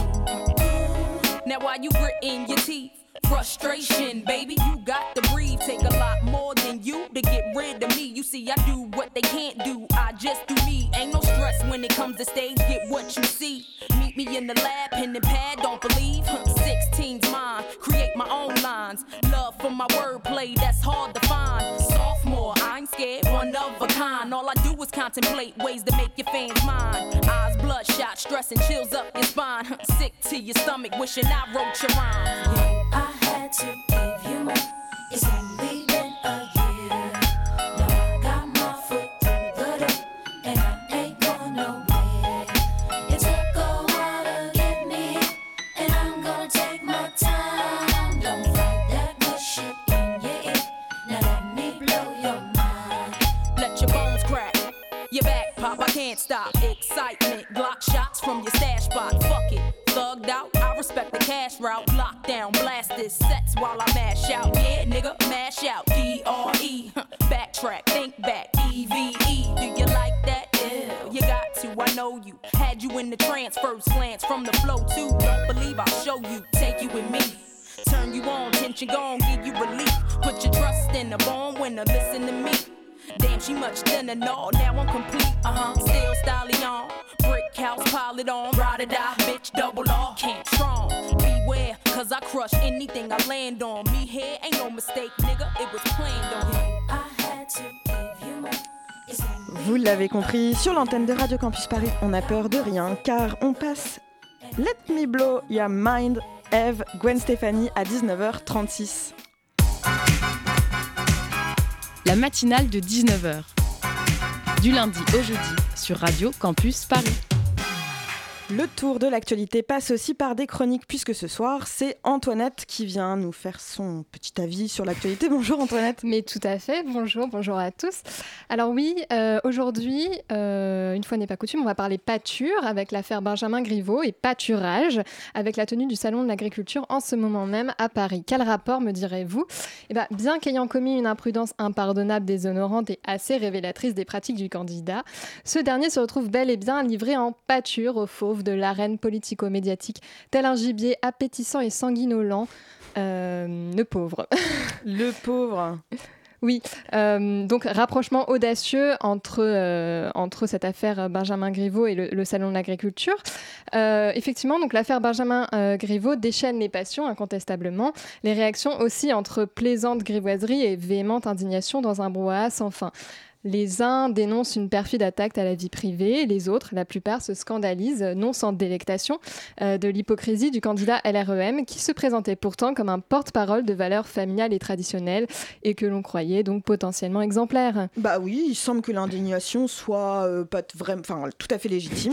me. Now why you gritting your teeth? Frustration, baby, you got to breathe. Take a lot more than you to get rid of me. You see, I do what they can't do, I just do me. Ain't no stress when it comes to stage, get what you see. Meet me in the lab, pen and pad, don't believe. 16's mine, create my own lines. Love for my wordplay, that's hard to find. Sophomore, I ain't scared, one of a kind. All I do is contemplate ways to make your fans mine. Eyes bloodshot, stress and chills up your spine. Sick to your stomach, wishing I wrote your rhymes. I had to give you more, it's only been a year. Now I got my foot through the door, and I ain't going nowhere. It took a while to get me, and I'm gonna take my time. Don't fight that good shit in your ear, now let me blow your mind. Let your bones crack, your back pop, I can't stop. Excitement, Glock shots from your stash spot. Fuck it, thugged out, I respect the cash route. Lockdown, blast this sets while I mash out. Yeah, nigga, mash out. D-R-E, backtrack, think back. E-V-E, do you like that? Yeah, you got to, I know you. Had you in the trance, first glance from the flow too. Don't believe I'll show you, take you with me. Turn you on, tension gone, give you relief. Put your trust in a born winner, listen to me. Damn, she much thinner, no, now I'm complete, still stallion, brick house, pile it on, ride or die, bitch, double R, can't strong, beware, cause I crush anything I land on, me here ain't no mistake, nigga, it was planned on. I had to give you more, it's only Vous l'avez compris, sur l'antenne de Radio Campus Paris, on n'a peur de rien, car on passe Let Me Blow Your Mind Eve, Gwen Stefani à 19h36. La matinale de 19h. Du lundi au jeudi sur Radio Campus Paris. Le tour de l'actualité passe aussi par des chroniques, puisque ce soir, c'est Antoinette qui vient nous faire son petit avis sur l'actualité. Bonjour Antoinette. Mais tout à fait, bonjour à tous. Alors oui, aujourd'hui, une fois n'est pas coutume, on va parler pâture avec l'affaire Benjamin Griveaux et pâturage avec la tenue du Salon de l'Agriculture en ce moment même à Paris. Quel rapport, me direz-vous ? Bien qu'ayant commis une imprudence impardonnable, déshonorante et assez révélatrice des pratiques du candidat, ce dernier se retrouve bel et bien livré en pâture aux fauves de l'arène politico-médiatique, tel un gibier appétissant et sanguinolent. Le pauvre. Le pauvre. Oui, donc rapprochement audacieux entre cette affaire Benjamin Griveaux et le Salon de l'Agriculture. Effectivement, donc l'affaire Benjamin Griveaux déchaîne les passions incontestablement. Les réactions aussi entre plaisante grivoiserie et véhémente indignation dans un brouhaha sans fin. Les uns dénoncent une perfide attaque à la vie privée, les autres, la plupart, se scandalisent, non sans délectation, de l'hypocrisie du candidat LREM qui se présentait pourtant comme un porte-parole de valeurs familiales et traditionnelles et que l'on croyait donc potentiellement exemplaire. Bah oui, il semble que l'indignation soit pas vraiment, tout à fait légitime.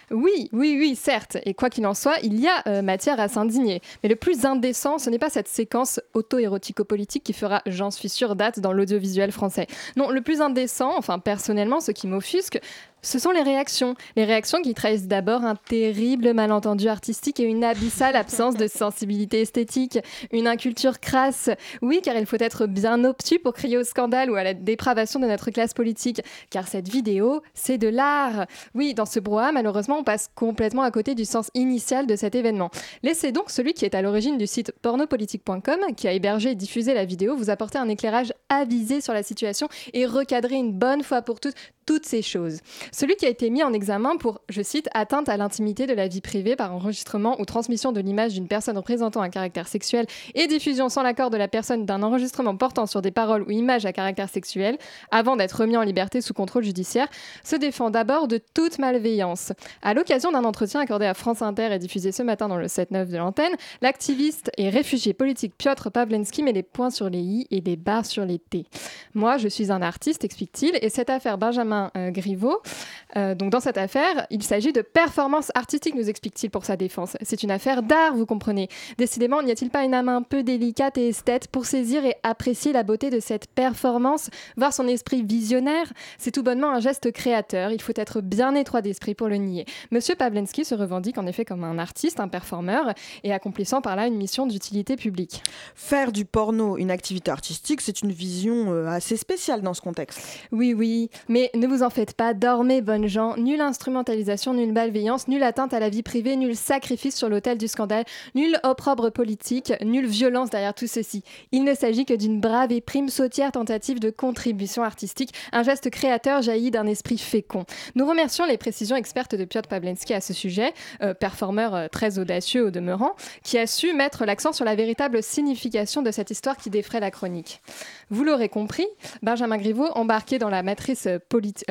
Oui, certes. Et quoi qu'il en soit, il y a matière à s'indigner. Mais le plus indécent, ce n'est pas cette séquence auto-érotico-politique qui fera, j'en suis sûre, date dans l'audiovisuel français. Non, le plus indécent, personnellement, ce qui m'offusque, ce sont les réactions. Les réactions qui trahissent d'abord un terrible malentendu artistique et une abyssale absence de sensibilité esthétique, une inculture crasse. Oui, car il faut être bien obtus pour crier au scandale ou à la dépravation de notre classe politique. Car cette vidéo, c'est de l'art. Oui, dans ce brouhaha, malheureusement, on passe complètement à côté du sens initial de cet événement. Laissez donc celui qui est à l'origine du site pornopolitique.com, qui a hébergé et diffusé la vidéo, vous apporter un éclairage avisé sur la situation et recadrer une bonne fois pour toutes ces choses. Celui qui a été mis en examen pour, je cite, atteinte à l'intimité de la vie privée par enregistrement ou transmission de l'image d'une personne représentant un caractère sexuel et diffusion sans l'accord de la personne d'un enregistrement portant sur des paroles ou images à caractère sexuel, avant d'être remis en liberté sous contrôle judiciaire, se défend d'abord de toute malveillance. À l'occasion d'un entretien accordé à France Inter et diffusé ce matin dans le 7-9 de l'antenne, l'activiste et réfugié politique Piotr Pawlenski met les points sur les i et les barres sur les t. Moi, je suis un artiste, explique-t-il, et cette affaire Benjamin Griveaux, donc dans cette affaire, il s'agit de performance artistique, nous explique-t-il pour sa défense. C'est une affaire d'art, vous comprenez. Décidément, n'y a-t-il pas une âme un peu délicate et esthète pour saisir et apprécier la beauté de cette performance, voir son esprit visionnaire ? C'est tout bonnement un geste créateur, il faut être bien étroit d'esprit pour le nier. Monsieur Pawlenski se revendique en effet comme un artiste, un performeur, et accomplissant par là une mission d'utilité publique. Faire du porno une activité artistique, c'est une vision assez spéciale dans ce contexte. Oui, mais ne vous en faites pas, dormez bonnes gens, nulle instrumentalisation, nulle malveillance, nulle atteinte à la vie privée, nul sacrifice sur l'autel du scandale, nulle opprobre politique, nulle violence derrière tout ceci. Il ne s'agit que d'une brave et prime sautière tentative de contribution artistique, un geste créateur jailli d'un esprit fécond. Nous remercions les précisions expertes de Piotr Pawlenski à ce sujet, performeur très audacieux au demeurant, qui a su mettre l'accent sur la véritable signification de cette histoire qui défraie la chronique. Vous l'aurez compris, Benjamin Griveaux, embarqué dans la matrice politique,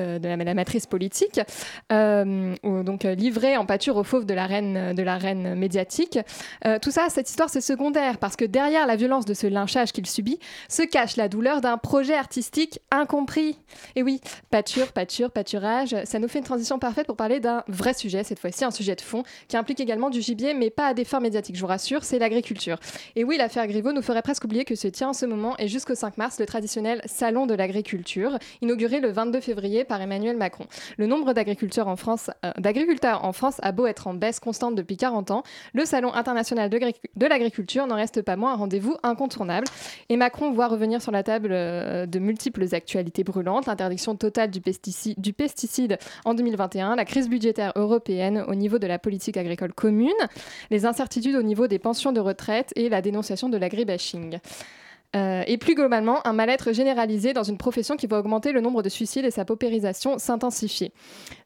donc livré en pâture aux fauves de l'arène médiatique. Tout ça, cette histoire, c'est secondaire, parce que derrière la violence de ce lynchage qu'il subit, se cache la douleur d'un projet artistique incompris. Et oui, pâturage, ça nous fait une transition parfaite pour parler d'un vrai sujet, cette fois-ci, un sujet de fond, qui implique également du gibier, mais pas à des fins médiatiques, je vous rassure, c'est l'agriculture. Et oui, l'affaire Griveaux nous ferait presque oublier que se tient en ce moment et jusqu'au 5 mars le traditionnel Salon de l'Agriculture, inauguré le 22 février par Emmanuel Macron. Le nombre d'agriculteurs en France a beau être en baisse constante depuis 40 ans, le Salon international de l'agriculture n'en reste pas moins un rendez-vous incontournable. Et Macron voit revenir sur la table de multiples actualités brûlantes, l'interdiction totale du pesticide en 2021, la crise budgétaire européenne au niveau de la politique agricole commune, les incertitudes au niveau des pensions de retraite et la dénonciation de l'agribashing. Et plus globalement, un mal-être généralisé dans une profession qui va augmenter le nombre de suicides et sa paupérisation s'intensifier.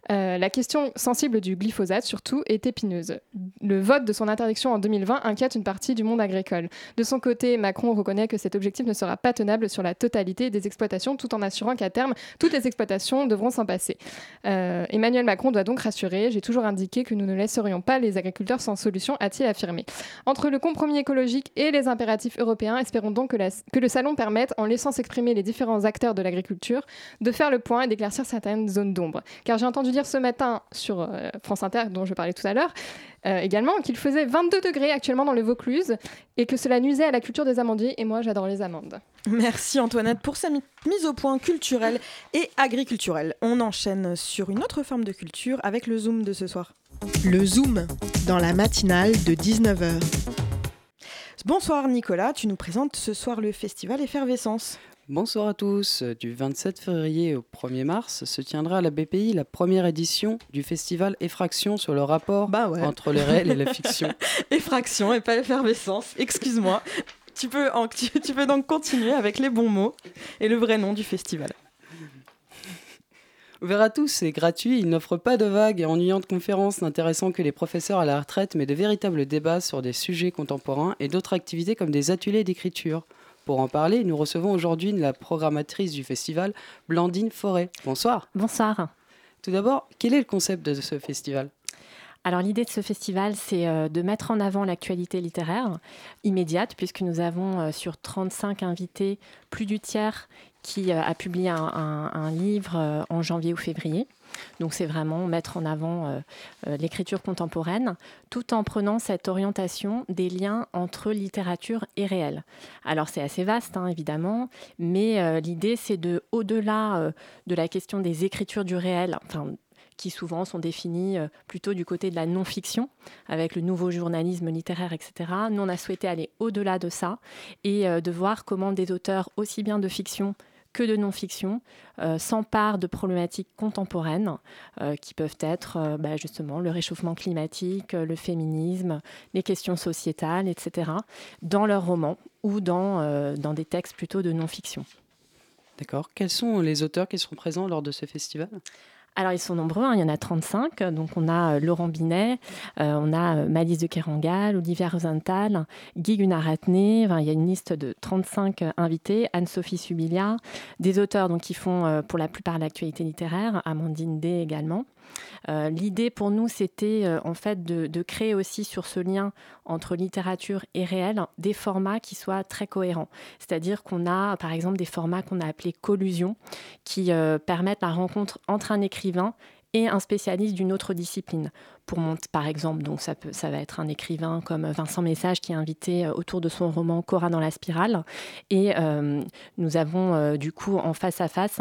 La question sensible du glyphosate, surtout, est épineuse. Le vote de son interdiction en 2020 inquiète une partie du monde agricole. De son côté, Macron reconnaît que cet objectif ne sera pas tenable sur la totalité des exploitations, tout en assurant qu'à terme, toutes les exploitations devront s'en passer. Emmanuel Macron doit donc rassurer. J'ai toujours indiqué que nous ne laisserions pas les agriculteurs sans solution, a-t-il affirmé. Entre le compromis écologique et les impératifs européens, espérons donc que le salon permette, en laissant s'exprimer les différents acteurs de l'agriculture, de faire le point et d'éclaircir certaines zones d'ombre. Car j'ai entendu dire ce matin sur France Inter, dont je parlais tout à l'heure, également qu'il faisait 22 degrés actuellement dans le Vaucluse et que cela nuisait à la culture des amandiers. Et moi, j'adore les amandes. Merci Antoinette pour sa mise au point culturelle et agriculturelle. On enchaîne sur une autre forme de culture avec le Zoom de ce soir. Le Zoom, dans la matinale de 19h. Bonsoir Nicolas, tu nous présentes ce soir le festival Effervescence. Bonsoir à tous. Du 27 février au 1er mars se tiendra à la BPI la première édition du festival Effraction sur le rapport entre le réel et la fiction. Effraction et pas effervescence, excuse-moi. Tu peux donc continuer avec les bons mots et le vrai nom du festival. Ouvert à tous, c'est gratuit, il n'offre pas de vagues et ennuyantes conférences n'intéressant que les professeurs à la retraite, mais de véritables débats sur des sujets contemporains et d'autres activités comme des ateliers d'écriture. Pour en parler, nous recevons aujourd'hui la programmatrice du festival, Blandine Forêt. Bonsoir. Bonsoir. Tout d'abord, quel est le concept de ce festival ? Alors l'idée de ce festival, c'est de mettre en avant l'actualité littéraire immédiate, puisque nous avons sur 35 invités, plus du tiers qui a publié un livre en janvier ou février. Donc c'est vraiment mettre en avant l'écriture contemporaine, tout en prenant cette orientation des liens entre littérature et réel. Alors c'est assez vaste, évidemment, mais l'idée c'est de, au-delà de la question des écritures du réel, qui souvent sont définies plutôt du côté de la non-fiction, avec le nouveau journalisme littéraire, etc. Nous, on a souhaité aller au-delà de ça et de voir comment des auteurs aussi bien de fiction que de non-fiction s'emparent de problématiques contemporaines qui peuvent être justement le réchauffement climatique, le féminisme, les questions sociétales, etc., dans leurs romans ou dans des textes plutôt de non-fiction. D'accord. Quels sont les auteurs qui seront présents lors de ce festival ? Alors, ils sont nombreux, il y en a 35. Donc, on a Laurent Binet, on a Malice de Kerangal, Olivia Rosenthal, Guy Gunnar-Ratné. Il y a une liste de 35 invités. Anne-Sophie Subilia, des auteurs donc, qui font pour la plupart l'actualité littéraire, Amandine Day également. L'idée pour nous, c'était en fait de créer aussi sur ce lien entre littérature et réel des formats qui soient très cohérents. C'est-à-dire qu'on a par exemple des formats qu'on a appelés collusions qui permettent la rencontre entre un écrivain et un spécialiste d'une autre discipline. Par exemple, donc ça va être un écrivain comme Vincent Message qui est invité autour de son roman Cora dans la spirale. Et nous avons du coup en face à face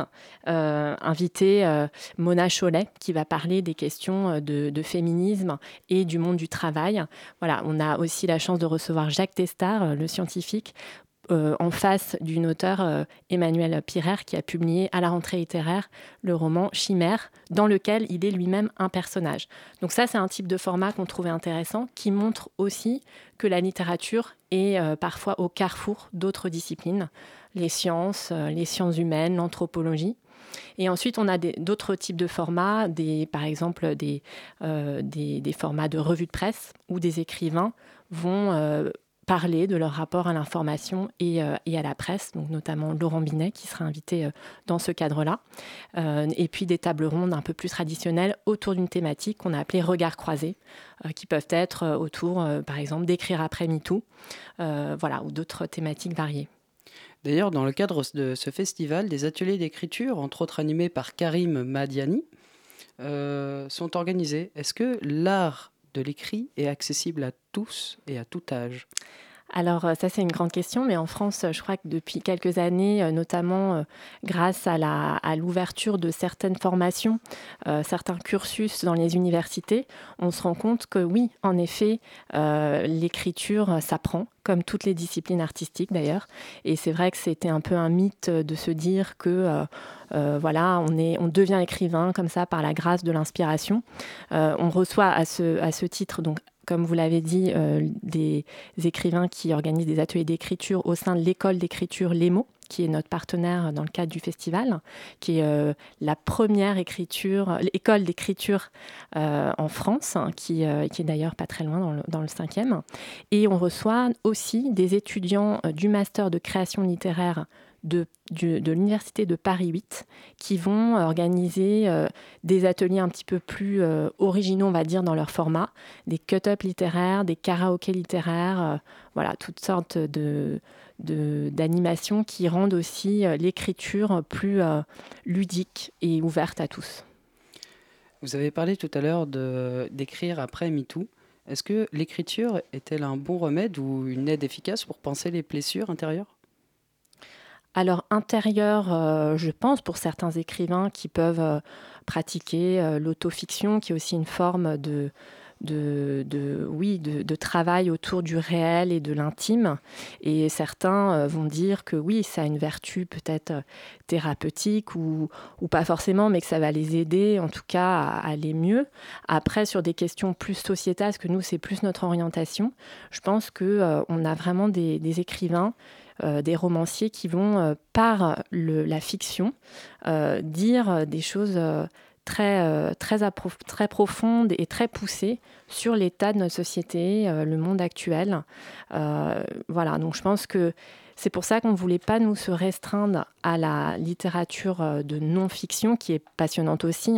invité Mona Chollet qui va parler des questions de féminisme et du monde du travail. Voilà, on a aussi la chance de recevoir Jacques Testard, le scientifique, en face d'une auteure, Emmanuelle Pirer, qui a publié à la rentrée littéraire le roman Chimère, dans lequel il est lui-même un personnage. Donc ça, c'est un type de format qu'on trouvait intéressant, qui montre aussi que la littérature est parfois au carrefour d'autres disciplines, les sciences humaines, l'anthropologie. Et ensuite, on a d'autres types de formats, par exemple des formats de revues de presse, où des écrivains vont parler de leur rapport à l'information et à la presse, donc notamment Laurent Binet qui sera invité dans ce cadre-là, et puis des tables rondes un peu plus traditionnelles autour d'une thématique qu'on a appelée Regards croisés, qui peuvent être autour, par exemple, d'écrire après MeToo, ou d'autres thématiques variées. D'ailleurs, dans le cadre de ce festival, des ateliers d'écriture, entre autres animés par Karim Madiani, sont organisés. Est-ce que l'art de l'écrit est accessible à tous et à tout âge ? Alors ça, c'est une grande question, mais en France, je crois que depuis quelques années, notamment grâce à l'ouverture de certaines formations, certains cursus dans les universités, on se rend compte que oui, en effet, l'écriture s'apprend, comme toutes les disciplines artistiques d'ailleurs. Et c'est vrai que c'était un peu un mythe de se dire que on devient écrivain comme ça par la grâce de l'inspiration. On reçoit à ce titre donc comme vous l'avez dit, des écrivains qui organisent des ateliers d'écriture au sein de l'école d'écriture Les Mots, qui est notre partenaire dans le cadre du festival, qui est la première école d'écriture en France, qui est d'ailleurs pas très loin dans le 5e. Et on reçoit aussi des étudiants du master de création littéraire de l'Université de Paris 8 qui vont organiser des ateliers un petit peu plus originaux, on va dire, dans leur format, des cut-up littéraires, des karaokés littéraires, voilà, toutes sortes d'animations qui rendent aussi l'écriture plus ludique et ouverte à tous. Vous avez parlé tout à l'heure d'écrire après MeToo. Est-ce que l'écriture est-elle un bon remède ou une aide efficace pour panser les blessures intérieures ? Alors intérieur, je pense, pour certains écrivains qui peuvent pratiquer l'autofiction, qui est aussi une forme de travail autour du réel et de l'intime. Et certains vont dire que oui, ça a une vertu peut-être thérapeutique ou pas forcément, mais que ça va les aider en tout cas à aller mieux. Après, sur des questions plus sociétales, parce que nous, c'est plus notre orientation, je pense qu'on a vraiment des écrivains, des romanciers qui vont, par la fiction, dire des choses très profondes et très poussées sur l'état de notre société, le monde actuel. Voilà, donc je pense que c'est pour ça qu'on ne voulait pas nous se restreindre à la littérature de non-fiction, qui est passionnante aussi.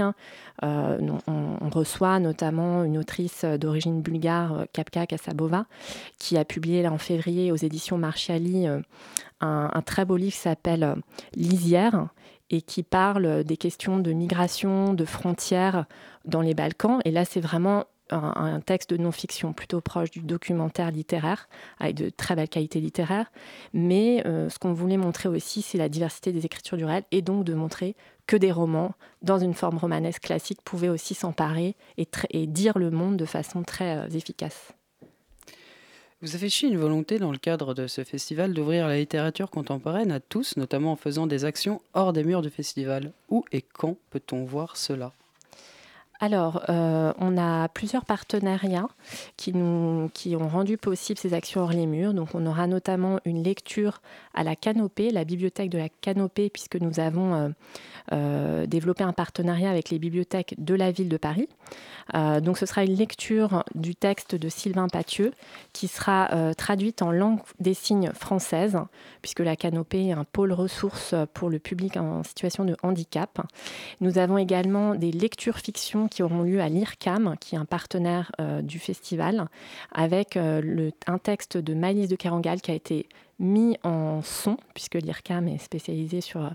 On reçoit notamment une autrice d'origine bulgare, Kapka Kasabova, qui a publié là, en février aux éditions Marchiali un très beau livre qui s'appelle « Lisière » et qui parle des questions de migration, de frontières dans les Balkans. Et là, c'est vraiment un texte de non-fiction plutôt proche du documentaire littéraire, avec de très belles qualités littéraires. Mais ce qu'on voulait montrer aussi, c'est la diversité des écritures du réel, et donc de montrer que des romans, dans une forme romanesque classique, pouvaient aussi s'emparer et dire le monde de façon très efficace. Vous affichez une volonté dans le cadre de ce festival d'ouvrir la littérature contemporaine à tous, notamment en faisant des actions hors des murs du festival. Où et quand peut-on voir cela ? Alors, on a plusieurs partenariats qui ont rendu possible ces actions hors les murs. Donc, on aura notamment une lecture à la Canopée, la bibliothèque de la Canopée, puisque nous avons développé un partenariat avec les bibliothèques de la ville de Paris. Donc, ce sera une lecture du texte de Sylvain Pathieu qui sera traduite en langue des signes française, puisque la Canopée est un pôle ressources pour le public en situation de handicap. Nous avons également des lectures fiction qui auront lieu à l'IRCAM, qui est un partenaire du festival, avec un texte de Malice de Kerangal qui a été mis en son, puisque l'IRCAM est spécialisé sur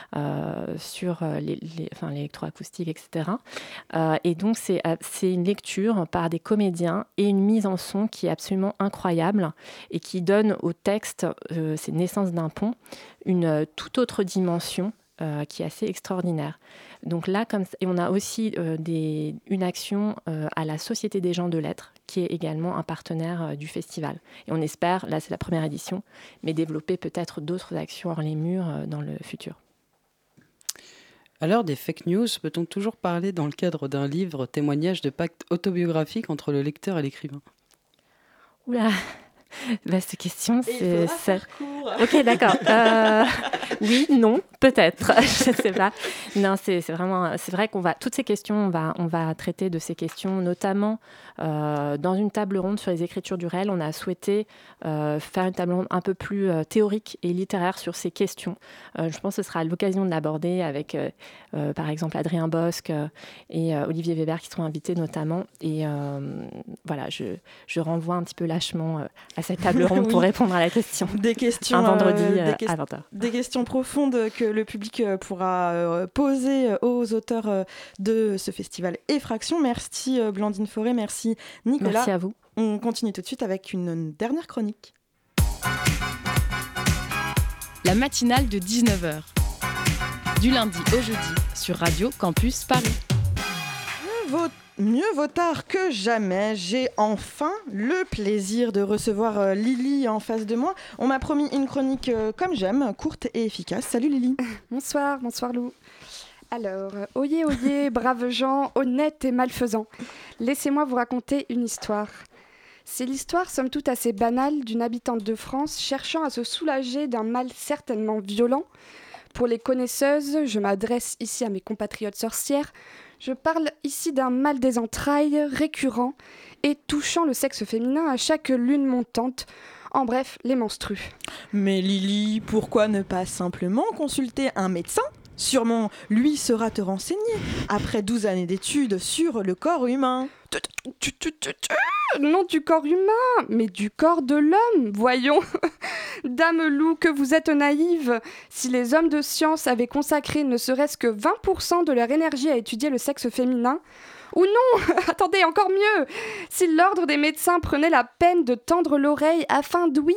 l'électroacoustique, etc. Et donc, c'est une lecture par des comédiens et une mise en son qui est absolument incroyable et qui donne au texte, c'est Naissance d'un pont, une toute autre dimension qui est assez extraordinaire. Donc là, et on a aussi une action à la Société des gens de lettres, qui est également un partenaire du festival. Et on espère, là c'est la première édition, mais développer peut-être d'autres actions hors les murs dans le futur. À l'heure des fake news, peut-on toujours parler dans le cadre d'un livre témoignage de pacte autobiographique entre le lecteur et l'écrivain ? Oula, vaste question. Il faudra faire court. Ok, d'accord. Oui, non, peut-être. Je ne sais pas. Non, c'est vrai qu'on va toutes ces questions, on va traiter de ces questions, notamment dans une table ronde sur les écritures du réel. On a souhaité faire une table ronde un peu plus théorique et littéraire sur ces questions. Je pense que ce sera l'occasion de l'aborder avec, par exemple, Adrien Bosc et Olivier Weber qui seront invités notamment. Et voilà, je renvoie un petit peu lâchement à cette table ronde pour répondre à la question. Des questions un vendredi à 20h. Des questions profondes que le public pourra poser aux auteurs de ce festival Effraction. Merci Blandine Forêt, merci Nicolas. Merci à vous. On continue tout de suite avec une dernière chronique. La matinale de 19h. Du lundi au jeudi sur Radio Campus Paris. Mieux vaut tard que jamais, j'ai enfin le plaisir de recevoir Lily en face de moi. On m'a promis une chronique comme j'aime, courte et efficace. Salut Lily. Bonsoir Lou. Alors, oyez, oyez, braves gens, honnêtes et malfaisants. Laissez-moi vous raconter une histoire. C'est l'histoire, somme toute assez banale, d'une habitante de France cherchant à se soulager d'un mal certainement violent. Pour les connaisseuses, je m'adresse ici à mes compatriotes sorcières. Je parle ici d'un mal des entrailles récurrent et touchant le sexe féminin à chaque lune montante. En bref, les menstrues. Mais Lily, pourquoi ne pas simplement consulter un médecin ? Sûrement, lui saura te renseigner, après 12 années d'études sur le corps humain. Non du corps humain, mais du corps de l'homme, voyons. Dame Lou, que vous êtes naïve. Si les hommes de science avaient consacré ne serait-ce que 20% de leur énergie à étudier le sexe féminin, ou non, attendez, encore mieux, si l'ordre des médecins prenait la peine de tendre l'oreille afin d'ouïr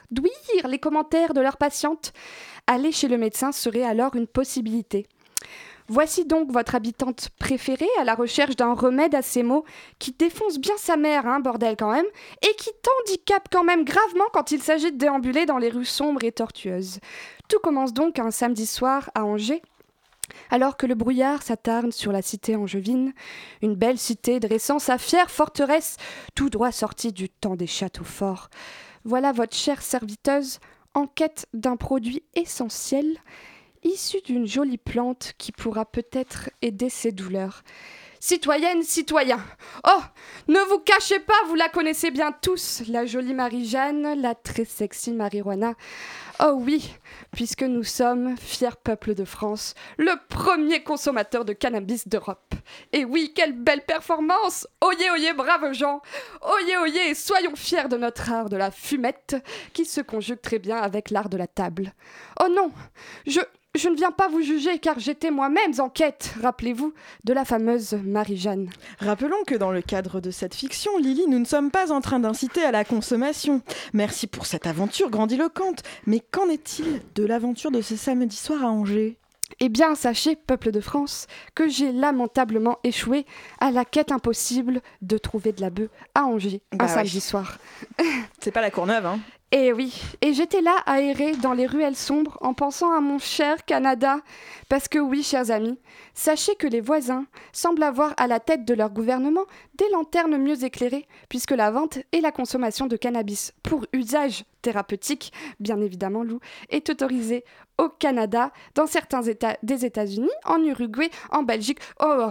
les commentaires de leurs patientes, aller chez le médecin serait alors une possibilité. Voici donc votre habitante préférée à la recherche d'un remède à ces maux qui défonce bien sa mère, bordel quand même, et qui t'handicape quand même gravement quand il s'agit de déambuler dans les rues sombres et tortueuses. Tout commence donc un samedi soir à Angers, alors que le brouillard s'attarde sur la cité angevine, une belle cité dressant sa fière forteresse, tout droit sortie du temps des châteaux forts. Voilà votre chère serviteuse en quête d'un produit essentiel, issu d'une jolie plante qui pourra peut-être aider ses douleurs. Citoyennes, citoyens, oh, ne vous cachez pas, vous la connaissez bien tous, la jolie Marie-Jeanne, la très sexy Marijuana. Oh oui, puisque nous sommes, fiers peuple de France, le premier consommateur de cannabis d'Europe. Et oui, quelle belle performance! Oyez, oyez, braves gens! Oyez, oyez, soyons fiers de notre art de la fumette, qui se conjugue très bien avec l'art de la table. Oh non, je ne viens pas vous juger car j'étais moi-même en quête, rappelez-vous, de la fameuse Marie-Jeanne. Rappelons que dans le cadre de cette fiction, Lily, nous ne sommes pas en train d'inciter à la consommation. Merci pour cette aventure grandiloquente. Mais qu'en est-il de l'aventure de ce samedi soir à Angers ? Eh bien, sachez, peuple de France, que j'ai lamentablement échoué à la quête impossible de trouver de la bœuf à Angers un samedi soir. C'est pas la Courneuve, hein ? Et oui, et j'étais là à errer dans les ruelles sombres en pensant à mon cher Canada. Parce que oui, chers amis, sachez que les voisins semblent avoir à la tête de leur gouvernement des lanternes mieux éclairées, puisque la vente et la consommation de cannabis pour usage thérapeutique, bien évidemment, Lou, est autorisée au Canada, dans certains États des États-Unis, en Uruguay, en Belgique,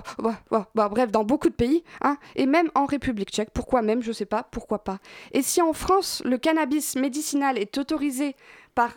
bref, dans beaucoup de pays, et même en République tchèque. Pourquoi même, je sais pas, pourquoi pas. Et si en France, le cannabis médicinal est autorisé par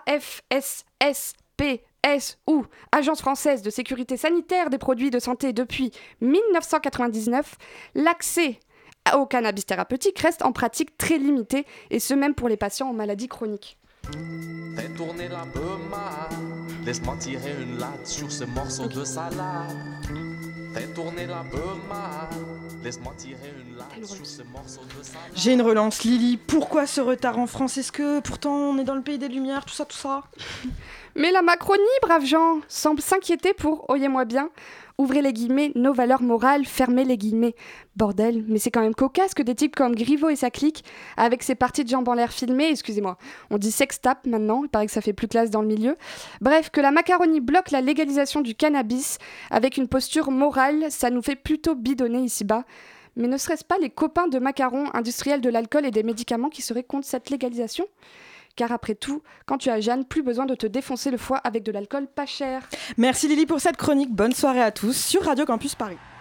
l'AFSSP, ou Agence française de sécurité sanitaire des produits de santé depuis 1999, l'accès au cannabis thérapeutique reste en pratique très limité, et ce même pour les patients en maladies chroniques. Fais tourner la beuma, laisse-moi tirer une latte sur ce morceau de salade. Fais tourner la beuma, laisse-moi tirer une latte sur ce morceau de salade. J'ai une relance, Lily. Pourquoi ce retard en France ? Est-ce que pourtant on est dans le pays des Lumières, tout ça Mais la Macronie, braves gens, semble s'inquiéter pour, oyez-moi bien, ouvrez les guillemets, nos valeurs morales, fermez les guillemets. Bordel, mais c'est quand même cocasse que des types comme Griveaux et sa clique, avec ses parties de jambes en l'air filmées, excusez-moi, on dit sextape maintenant, il paraît que ça fait plus classe dans le milieu. Bref, que la Macaroni bloque la légalisation du cannabis avec une posture morale, ça nous fait plutôt bidonner ici-bas. Mais ne serait-ce pas les copains de Macaron, industriels de l'alcool et des médicaments qui seraient contre cette légalisation ? Car après tout, quand tu as Jeanne, plus besoin de te défoncer le foie avec de l'alcool pas cher. Merci Lily pour cette chronique. Bonne soirée à tous sur Radio Campus Paris.